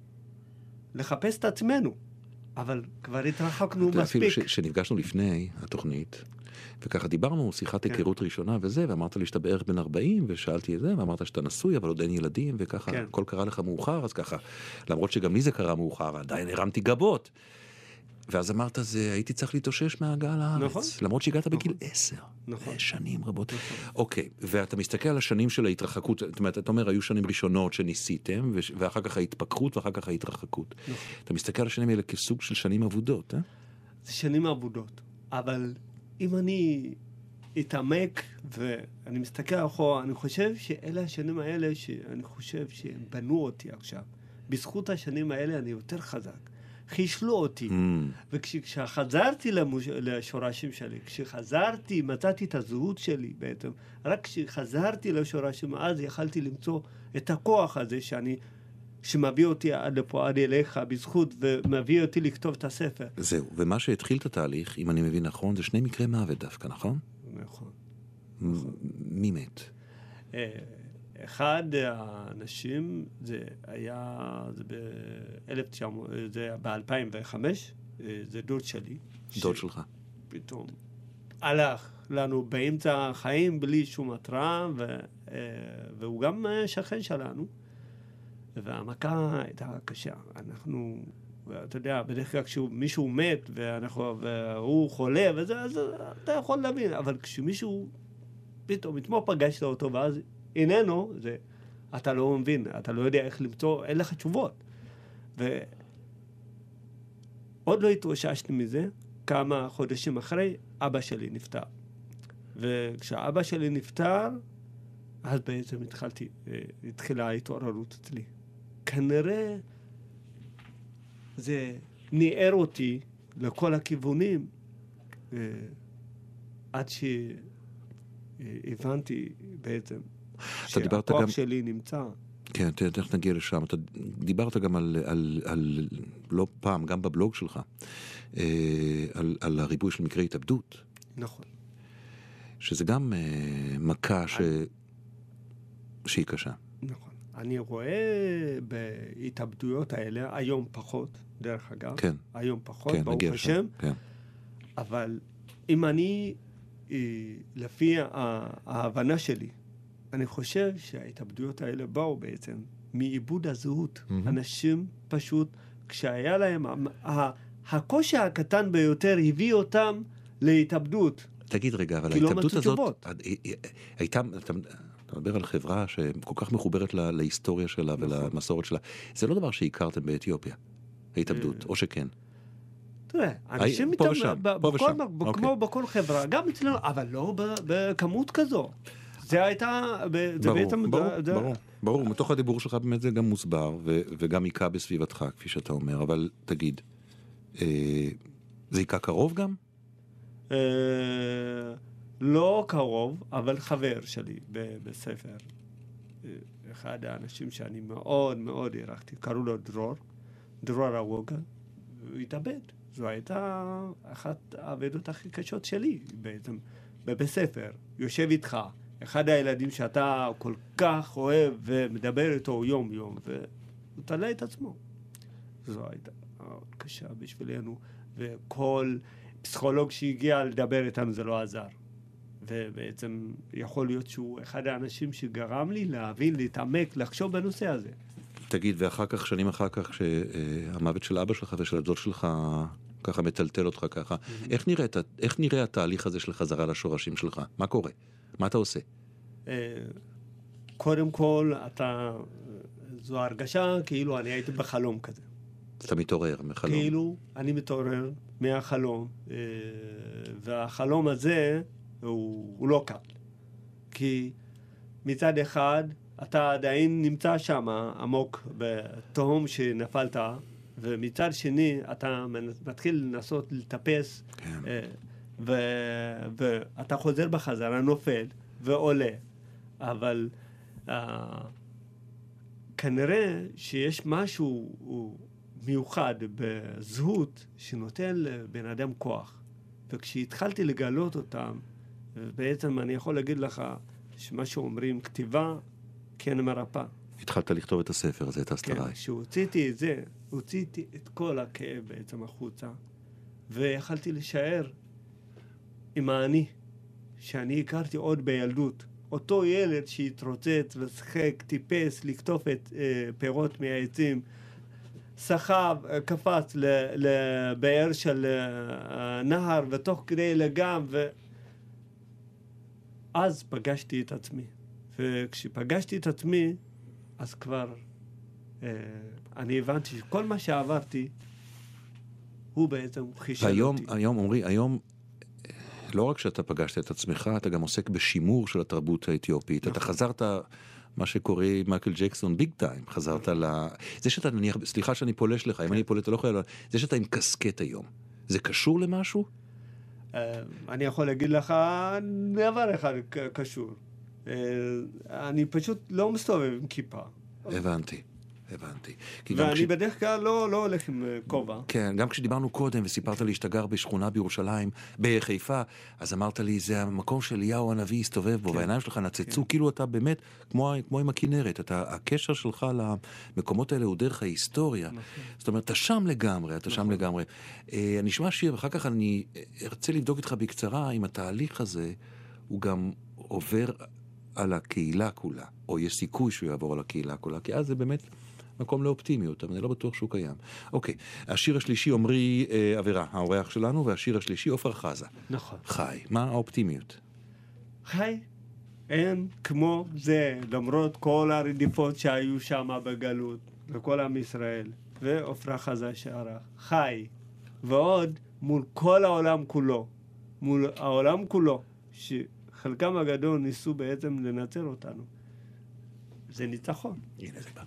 Speaker 3: את עצמנו. אבל כבר התרחקנו מספיק.
Speaker 2: אפילו שנפגשנו לפני התוכנית, וככה דיברנו, שיחת היכרות ראשונה וזה, ואמרת לי שאתה בערך בן 40, ושאלתי את זה, ואמרת שאתה נשוי, אבל עוד אין ילדים, וככה, הכל קרה לך מאוחר, אז ככה, למרות שגם לי זה קרה מאוחר, עדיין הרמתי גבות. ואז אמרת, הייתי צריך להתאושש מההגעה לארץ.
Speaker 3: נכון.
Speaker 2: למרות שהגעת בגיל 10.
Speaker 3: נכון.
Speaker 2: שנים רבות. אוקיי, ואתה מסתכל על השנים של ההתרחקות, זאת אומרת, אתה אומר, היו שנים ראשונות שניסיתם, ואחר כך ההתפקחות, ואחר כך ההתרחקות. אתה מסתכל על השנים האלה כסוג של שנים עבודות, אה?
Speaker 3: זה שנים עבודות, אבל אם אני אתעמק ואני מסתכל אחורה, אני חושב שאלה השנים האלה שאני חושב שהם בנו אותי עכשיו. בזכות השנים האלה אני יותר חזק. חישלו אותי. וכשחזרתי לשורשים שלי, כשחזרתי, מצאתי את הזהות שלי בעצם, רק כשחזרתי לשורשים, אז יכלתי למצוא את הכוח הזה שמביא אותי עד לפה, עד אליך, בזכות, ומביא אותי לכתוב את הספר.
Speaker 2: זהו, ומה שהתחיל את התהליך, אם אני מבין נכון, זה 2 מקרי מוות דווקא, נכון?
Speaker 3: נכון.
Speaker 2: מי מת?
Speaker 3: אחד האנשים, זה היה, זה ב-2005, זה דוד שלי.
Speaker 2: דוד שלך.
Speaker 3: פתאום הלך לנו באמצע החיים בלי שום התראה, והוא גם שכן שלנו. והמכה הייתה קשה. אנחנו, אתה יודע, בדרך כלל כשמישהו מת והוא חולה, וזה, אז אתה יכול להבין. אבל כשמישהו, פתאום, אתמול פגשת אותו, ואז איננו, אתה לא מבין, אתה לא יודע איך למצוא, אין לך תשובות. ועוד לא התאוששתי מזה, כמה חודשים אחרי, אבא שלי נפטר. וכשאבא שלי נפטר, אז בעצם התחילה ההתעוררות אצלי. כנראה זה ניער אותי לכל הכיוונים, עד שהבנתי בעצם שהכוח שלי נמצא.
Speaker 2: כן, תכף נגיע לשם. אתה דיברת גם על לא פעם, גם בבלוג שלך, על הריבוי של מקרי התאבדות.
Speaker 3: נכון.
Speaker 2: שזה גם מכה שהיא קשה.
Speaker 3: נכון. אני רואה בהתאבדויות האלה, היום פחות, דרך אגב.
Speaker 2: כן.
Speaker 3: היום פחות,
Speaker 2: כן,
Speaker 3: ברוך השם.
Speaker 2: כן.
Speaker 3: אבל אם אני, לפי ההבנה שלי, אני חושב שההתאבדויות האלה באו בעצם מאיבוד הזהות. אנשים פשוט, כשהיה להם הקושי הקטן ביותר הביא אותם להתאבדות.
Speaker 2: תגיד רגע, אבל
Speaker 3: כי לא
Speaker 2: ההתאבדות
Speaker 3: מצאו
Speaker 2: הזאת
Speaker 3: תשובות.
Speaker 2: הייתה, אתה מדבר על חברה שכל כך מחוברת להיסטוריה שלה ולמסורת שלה. זה לא דבר שהכרתם באתיופיה, ההתאבדות, או שכן?
Speaker 3: תראה, אנשים
Speaker 2: פה ושם, פה ושם.
Speaker 3: כמו בכל חברה, גם אצלנו, אבל לא בכמות כזו. זה הייתה, זה בעצם...
Speaker 2: ברור, מתוך הדיבור שלך באמת זה גם מוסבר, וגם עיקה בסביבתך, כפי שאתה אומר, אבל תגיד, זה עיקה קרוב גם?
Speaker 3: לא קרוב, אבל חבר שלי בספר. אחד האנשים שאני מאוד מאוד הערכתי, קראו לו דרור אווגה, הוא התאבד. זו הייתה אחת העבודות הכי קשות שלי בעצם, בספר. יושב איתך, אחד הילדים שאתה כל כך אוהב ומדבר איתו יום יום, והוא תלה את עצמו. זו הייתה מאוד קשה בשבילנו, וכל פסיכולוג שהגיע לדבר איתנו זה לא עזר. ובעצם יכול להיות שהוא אחד האנשים שגרם לי להבין, להתעמק, לחשוב בנושא הזה.
Speaker 2: תגיד, ואחר כך, שנים אחר כך, שהמוות של אבא שלך ושל הדוד שלך ככה מטלטל אותך ככה, איך נראה התהליך הזה של חזרה לשורשים שלך? מה קורה? מה אתה עושה?
Speaker 3: קודם כל, זו הרגשה כאילו אני הייתי בחלום כזה.
Speaker 2: אתה מתעורר מחלום.
Speaker 3: כאילו אני מתעורר מהחלום, והחלום הזה הוא לא קל. כי מצד אחד, אתה עדיין נמצא שם עמוק בתהום שנפלת, ומצד שני אתה מתחיל לנסות לטפס,
Speaker 2: כן.
Speaker 3: ואתה חוזר בחזרה, נופל ועולה. אבל כנראה שיש משהו מיוחד בזהות שנותן לבן אדם כוח. וכשהתחלתי לגלות אותם, בעצם אני יכול להגיד לך שמה שאומרים כתיבה כן מרפא.
Speaker 2: התחלת לכתוב את הספר הזה, את הסתרי.
Speaker 3: כן, כשהוצאתי את זה, הוצאתי את כל הכאב בעצם החוצה, ויכלתי לשער עם האני, שאני הכרתי עוד בילדות. אותו ילד שהתרוצץ ושחק, טיפס, לקטוף את פירות מהעצים, סחב, קפץ לבאר של נהר, ותוך כדי לגם, ואז פגשתי את עצמי. וכשפגשתי את עצמי, אז כבר אני הבנתי שכל מה שעברתי הוא בעצם חישל אותי.
Speaker 2: היום, עמרי, היום לא רק שאתה פגשת את עצמך, אתה גם עוסק בשימור של התרבות האתיופית. אתה חזרת, מה שקורא מייקל ג'קסון, ביג טיים, חזרת זה שאתה נניח, סליחה שאני פולש לך, אם אני פולט, אתה לא יכול, זה שאתה עם קסקט היום, זה קשור למשהו?
Speaker 3: אני יכול להגיד לך דבר אחד קשור. אני פשוט לא מסתובב עם כיפה.
Speaker 2: הבנתי.
Speaker 3: ואני בדרך כלל לא הולך עם כובע.
Speaker 2: כן, גם כשדיברנו קודם וסיפרת לי שאתה גר בשכונה בירושלים, בחיפה, אז אמרת לי, זה המקום שאליהו הנביא הסתובב בו, והעיניים שלך נצצו, כאילו אתה באמת, כמו עם הכנרת, הקשר שלך למקומות האלה הוא דרך ההיסטוריה. זאת אומרת, אתה שם לגמרי, אני אשמע שיר, ואחר כך אני ארצה לבדוק איתך בקצרה, אם התהליך הזה הוא גם עובר על הקהילה כולה, או יש סיכוי שהוא יעבור על הקהילה כולה, כי אז זה באמת מקום לאופטימיות, אבל אני לא בטוח שהוא קיים. אוקיי, השיר השלישי עמרי אבירה, האורח שלנו, והשיר השלישי עופר חזה.
Speaker 3: נכון.
Speaker 2: חי, מה האופטימיות?
Speaker 3: חי, אין כמו זה, למרות כל הרדיפות שהיו שם בגלות, וכל עם ישראל, ועופר חזה שערך. חי, ועוד מול כל העולם כולו, מול העולם כולו, חלקם הגדול ניסו בעצם לנצל אותנו. זה ניצחון.
Speaker 2: הנה זה בא.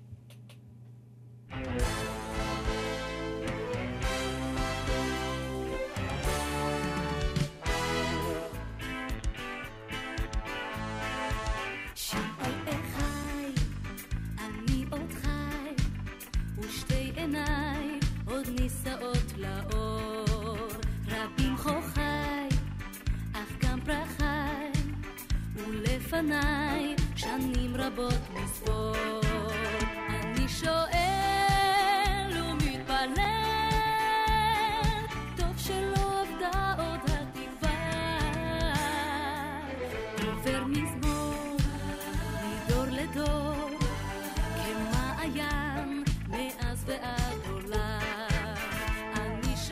Speaker 5: אני עוד חי, ושתי עיניי עוד נישאות לאור, רבים חוכי, אך גם פרחי, ולפניי שנים רבות מספור. אני שואל ומתפלל, טוב שלא עבדה עוד התקווה. עובר מזמור, מדור לדור, כמעיין מאז ועד עולם. אני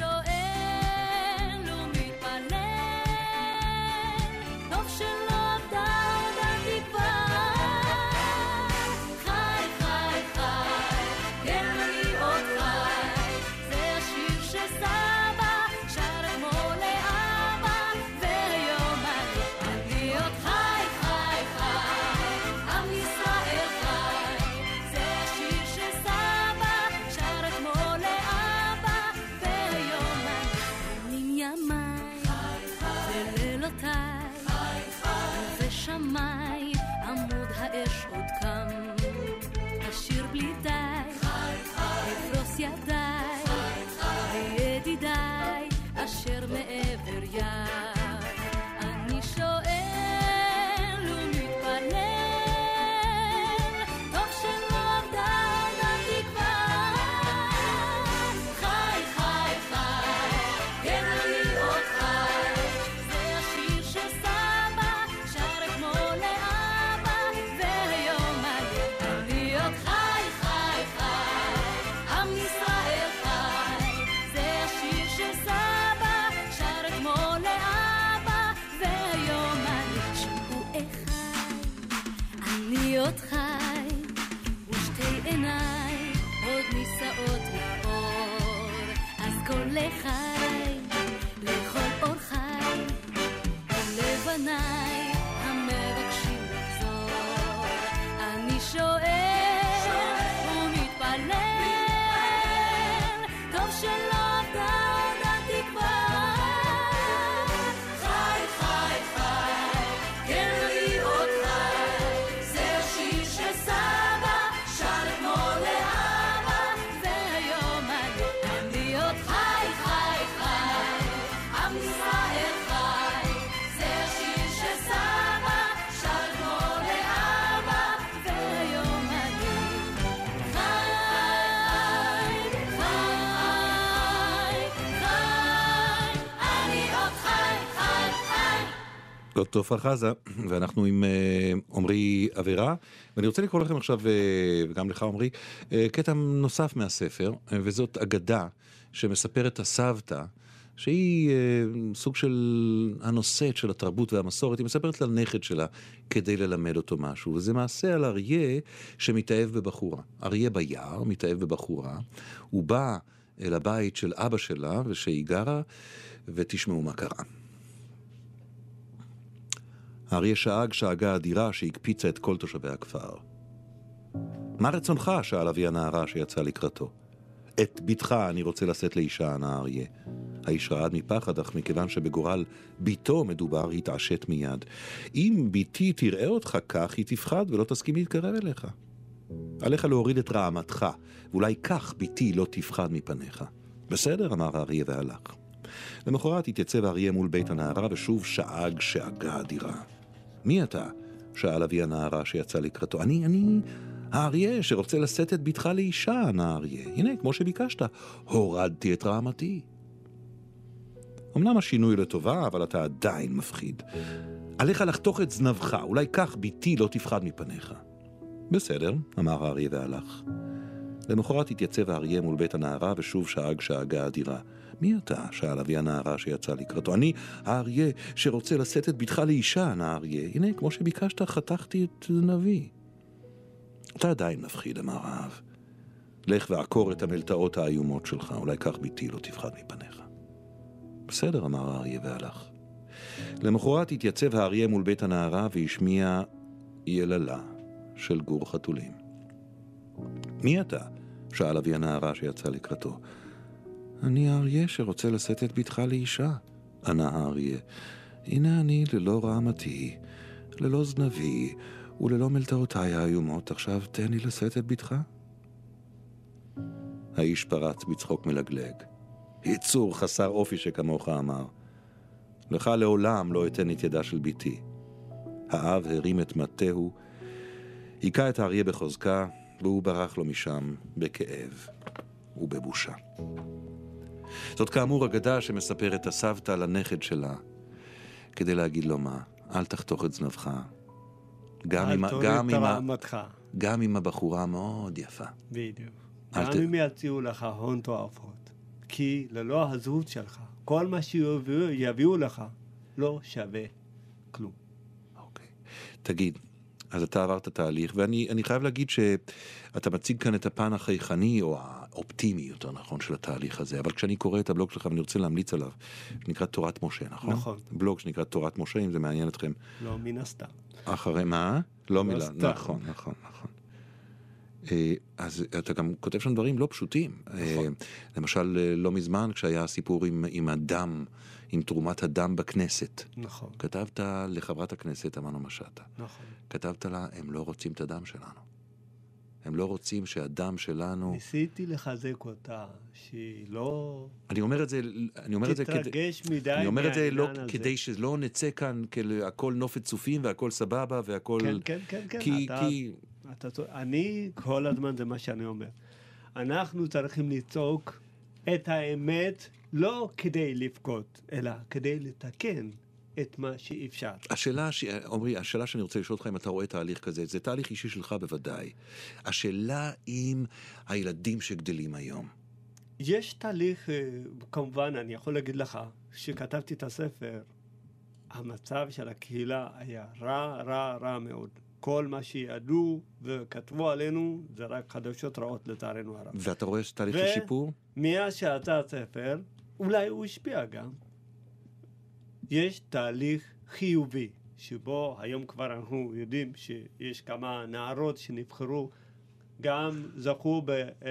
Speaker 5: עמוד האש עוד קם, השיר בלי די, אפרוס ידיי, וידידיי אשר מעבר ים. אני שואל ומתפלל, טוב שלא עבדה התקווה. חי, חי, חי, כן אני עוד חי, זה השיר של סבא, שר אתמול לאבא, והיום אני עוד חי, חי, חי, עם ישראל חי, זה השיר של סבא, שר אתמול לאבא, והיום אני שהוא אחד, אני עוד חי, ושתי עיניי עוד נישאות לאור, אז כל לחי, לכל אור חי, לבניי המבקשים לחזור. אני שואל ומתפלל, טוב שלא עבדה עוד התקווה. חי, חי, חי, כן אני עוד חי, זה השיר של סבא, שר אתמול לאבא, והיום אני עוד חי, חי, חי, עם ישראל חי, זה השיר של סבא, שר אתמול לאבא, והיום אני חי, חי, חי, אני עוד חי, חי, חי.
Speaker 2: דוקטור פרחזה, ואנחנו עם עומרי אבירה, ואני רוצה לקרוא לכם עכשיו, וגם לך עומרי, קטע נוסף מהספר, וזאת אגדה שמספרת הסבתא, שהיא סוג של הנושאת של התרבות והמסורת, היא מספרת לנכד שלה כדי ללמד אותו משהו, וזה מעשה על אריה שמתאהב בבחורה. אריה ביער, מתאהב בבחורה, הוא בא אל הבית של אבא שלה, ושהיא גרה, ותשמעו מה קרה. האריה שאג שאגה אדירה שהקפיצה את כל תושבי הכפר. מה רצונך? שאל אבי הנערה שיצא לקראתו. את ביתך אני רוצה לשאת לאישה, ענה האריה. האיש רעד מפחד, אך מכיוון שבגורל ביתו מדובר, התעשת מיד. אם ביתי תראה אותך כך, היא תפחד ולא תסכים להתקרב אליך. עליך להוריד את רעמתך, ואולי כך ביתי לא תפחד מפניך. בסדר, אמר האריה והלך. למחרת התייצב האריה מול בית הנערה, ושוב שאג שאגה אדירה. מי אתה? שאל אבי הנערה שיצא לקראתו. אני האריה שרוצה לשאת את ביתך לאישה, ענה האריה. הנה, כמו שביקשת, הורדתי את רעמתי. אמנם השינוי לטובה, אבל אתה עדיין מפחיד. עליך לחתוך את זנבך, אולי כך ביתי לא תפחד מפניך. בסדר, אמר האריה והלך. למחרת התייצב האריה מול בית הנערה, ושוב שאג שאגה אדירה. מי אתה? שאל אבי הנערה שיצא לקראתו. אני האריה שרוצה לשאת את ביתך לאישה, ענה האריה. הנה, כמו שביקשת, חתכתי את זנבי. אתה עדיין מפחיד, אמר האב. לך ועקור את המלטעות האיומות שלך, אולי כך ביתי לא תפחד מפניך. בסדר, אמר האריה והלך. למחרת התייצב האריה מול בית הנערה והשמיע יללה של גור חתולים. מי אתה? שאל אבי הנערה שיצא לקראתו. אני האריה שרוצה לשאת את ביתך לאישה, ענה האריה. הנה אני ללא רעמתי, ללא זנבי וללא מלטעותיי האיומות, עכשיו תן לי לשאת את ביתך. האיש פרץ בצחוק מלגלג. יצור חסר אופי שכמוך, אמר. לך לעולם לא אתן את ידה של ביתי. האב הרים את מטהו, היכה את האריה בחוזקה, והוא ברח לו משם בכאב ובבושה. זאת כאמור אגדה שמספרת הסבתא לנכד שלה, כדי להגיד לו מה, אל תחתוך את זנבך. גם עם הבחורה מאוד יפה.
Speaker 3: בדיוק. גם אם יציעו לך הון תועפות. כי ללא הזהות שלך, כל מה שיביאו לך לא שווה כלום.
Speaker 2: אוקיי. תגיד, אז אתה עברת תהליך, ואני חייב להגיד שאתה מציג כאן את הפן החייכני, או האופטימי יותר נכון של התהליך הזה, אבל כשאני קורא את הבלוג שלך, ואני רוצה להמליץ עליו, שנקרא תורת משה, נכון?
Speaker 3: נכון.
Speaker 2: בלוג שנקרא תורת משה, אם זה מעניין אתכם.
Speaker 3: לא מן הסתם.
Speaker 2: אחרי מה? לא מילה.
Speaker 3: סתם.
Speaker 2: נכון. אז אתה גם כותב שם דברים לא פשוטים. למשל, לא מזמן, כשהיה סיפור עם הדם, עם תרומת הדם בכנסת.
Speaker 3: נכון.
Speaker 2: כתבת לחברת הכנסת אמנו משאטה.
Speaker 3: נכון.
Speaker 2: כתבת לה, הם לא רוצים את הדם שלנו. הם לא רוצים שהדם שלנו...
Speaker 3: ניסיתי לחזק אותה, שהיא לא...
Speaker 2: אני אומר את זה
Speaker 3: תתרגש מדי
Speaker 2: אני אומר את זה לא
Speaker 3: מהעניין הזה.
Speaker 2: כדי שלא נצא כאן הכל נופת צופים והכל סבבה והכל...
Speaker 3: כן.
Speaker 2: כי...
Speaker 3: אני כל הזמן זה מה שאני אומר. אנחנו צריכים לצעוק את האמת לא כדי לבכות, אלא כדי לתקן את מה שאפשר.
Speaker 2: עומרי, השאלה שאני רוצה לשאול אותך אם אתה רואה תהליך כזה, זה תהליך אישי שלך בוודאי. השאלה עם הילדים שגדלים היום.
Speaker 3: יש תהליך, כמובן, אני יכול להגיד לך, שכתבתי את הספר, המצב של הקהילה היה רע מאוד. כל מה שידעו וכתבו עלינו, זה רק חדשות רעות לצערנו הרב.
Speaker 2: ואתה רואה תהליך של שיפור?
Speaker 3: ומאז שיצא הספר, אולי הוא השפיע גם. יש תהליך חיובי, שבו היום כבר אנחנו יודעים שיש כמה נערות שנבחרו, גם זכו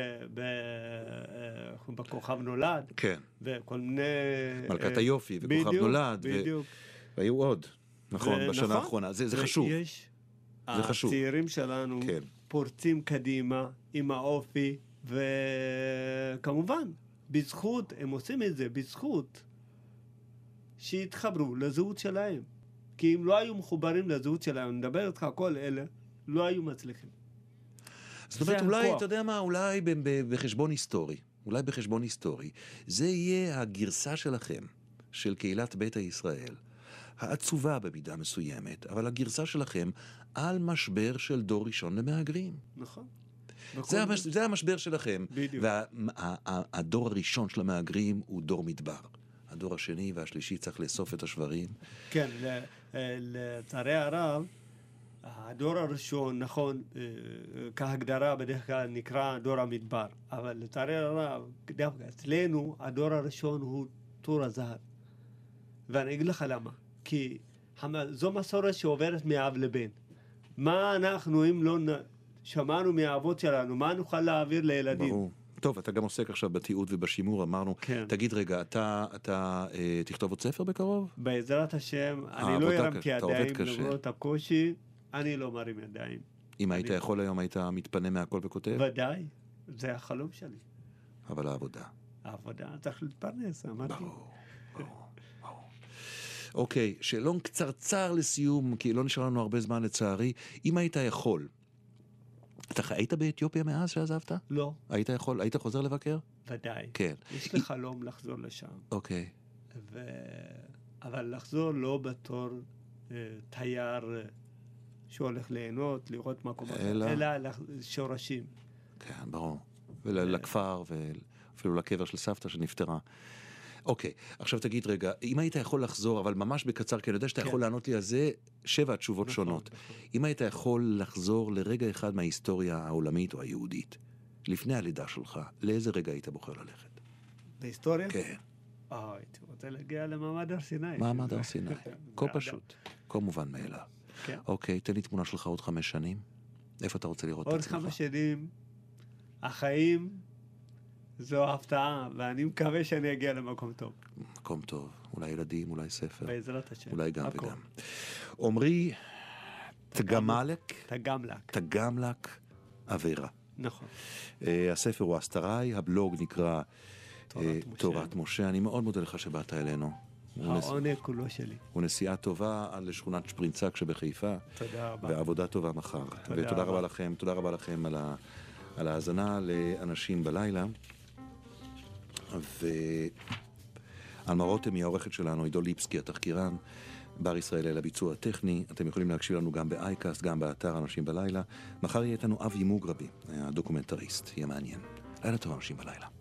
Speaker 3: בכוכב נולד.
Speaker 2: כן.
Speaker 3: וכל מיני...
Speaker 2: מלכת היופי וכוכב נולד.
Speaker 3: בדיוק.
Speaker 2: והיו עוד, נכון, בשנה האחרונה. זה חשוב. זה חשוב.
Speaker 3: הצעירים שלנו
Speaker 2: כן.
Speaker 3: פורצים קדימה עם האופי, וכמובן, בזכות, הם עושים את זה, בזכות שהתחברו לזהות שלהם. כי אם לא היו מחוברים לזהות שלהם, אני מדבר איתך כל אלה, לא היו מצליחים.
Speaker 2: זאת אומרת, אולי, אתה יודע מה, אולי בחשבון היסטורי, זה יהיה הגרסה שלכם, של קהילת ביתא ישראל, העצובה במידה מסוימת, אבל הגרסה שלכם על משבר של דור ראשון למהגרים.
Speaker 3: נכון.
Speaker 2: זה המשבר שלכם.
Speaker 3: בדיוק.
Speaker 2: והדור הראשון של המהגרים הוא דור מדבר. הדור השני והשלישי צריך לאסוף את השברים.
Speaker 3: כן, לצערי הרב, הדור הראשון, נכון, כהגדרה בדרך כלל נקרא דור המדבר, אבל לצערי הרב, דווקא אצלנו, הדור הראשון הוא תור הזהב. ואני אגיד לך למה. כי זו מסורת שעוברת מאב לבן. מה אנחנו, אם לא שמענו מהאבות שלנו, מה נוכל להעביר לילדים?
Speaker 2: ברור. טוב, אתה גם עוסק עכשיו בתיעוד ובשימור, אמרנו.
Speaker 3: כן.
Speaker 2: תגיד רגע, אתה תכתוב עוד ספר בקרוב?
Speaker 3: בעזרת השם, אני לא הרמתי ידיים, למרות הקושי, אני לא מרים ידיים.
Speaker 2: אם היית יכול היום, היית מתפנה מהכל וכותב?
Speaker 3: ודאי, זה החלום שלי.
Speaker 2: אבל העבודה,
Speaker 3: צריך להתפרנס, אמרתי.
Speaker 2: ברור. אוקיי, שאלון קצרצר לסיום, כי לא נשאר לנו הרבה זמן לצערי. אם היית יכול, אתה היית באתיופיה מאז שעזבת?
Speaker 3: לא.
Speaker 2: היית חוזר לבקר?
Speaker 3: ודאי.
Speaker 2: כן.
Speaker 3: יש לי חלום לחזור לשם.
Speaker 2: אוקיי.
Speaker 3: אבל לחזור לא בתור תייר שהולך ליהנות, לראות מקום אחר, אלא שורשים.
Speaker 2: כן, ברור. ולכפר, ואפילו לקבר של סבתא שנפטרה. אוקיי, עכשיו תגיד רגע, אם היית יכול לחזור, אבל ממש בקצר, כי אני יודע שאתה יכול לענות לי על זה 7 תשובות שונות. אם היית יכול לחזור לרגע אחד מההיסטוריה העולמית או היהודית, לפני הלידה שלך, לאיזה רגע היית בוחר ללכת?
Speaker 3: בהיסטוריה?
Speaker 2: כן.
Speaker 3: הייתי רוצה להגיע למעמד הר סיני.
Speaker 2: מעמד הר סיני. כה פשוט, כה מובן מאליו. אוקיי, תן לי תמונה שלך עוד 5 שנים. איפה אתה רוצה לראות את עצמך?
Speaker 3: עוד 5 שנים, החיים זו הפתעה, ואני מקווה שאני אגיע למקום טוב.
Speaker 2: מקום טוב, אולי ילדים, אולי ספר.
Speaker 3: בעזרת השם.
Speaker 2: אולי גם וגם. עומרי תגמלק אווירה.
Speaker 3: נכון.
Speaker 2: הספר הוא אסתראי, הבלוג נקרא תורת משה. אני מאוד מודה לך שבאת אלינו.
Speaker 3: העונג כולו שלי.
Speaker 2: הוא נסיעה טובה על שכונת שפרינצק שבחיפה.
Speaker 3: תודה רבה.
Speaker 2: ועבודה טובה מחר. ותודה רבה לכם, תודה רבה לכם על ההאזנה לאנשים בלילה. ועלמה רותם היא העורכת שלנו, עידו ליפסקי התחקירן, בר ישראל אל הביצוע הטכני. אתם יכולים להקשיב לנו גם באייקאסט, גם באתר אנשים בלילה. מחר יהיה איתנו אבי מוגרבי, הדוקומנטריסט, יהיה מעניין. לילה טוב אנשים בלילה.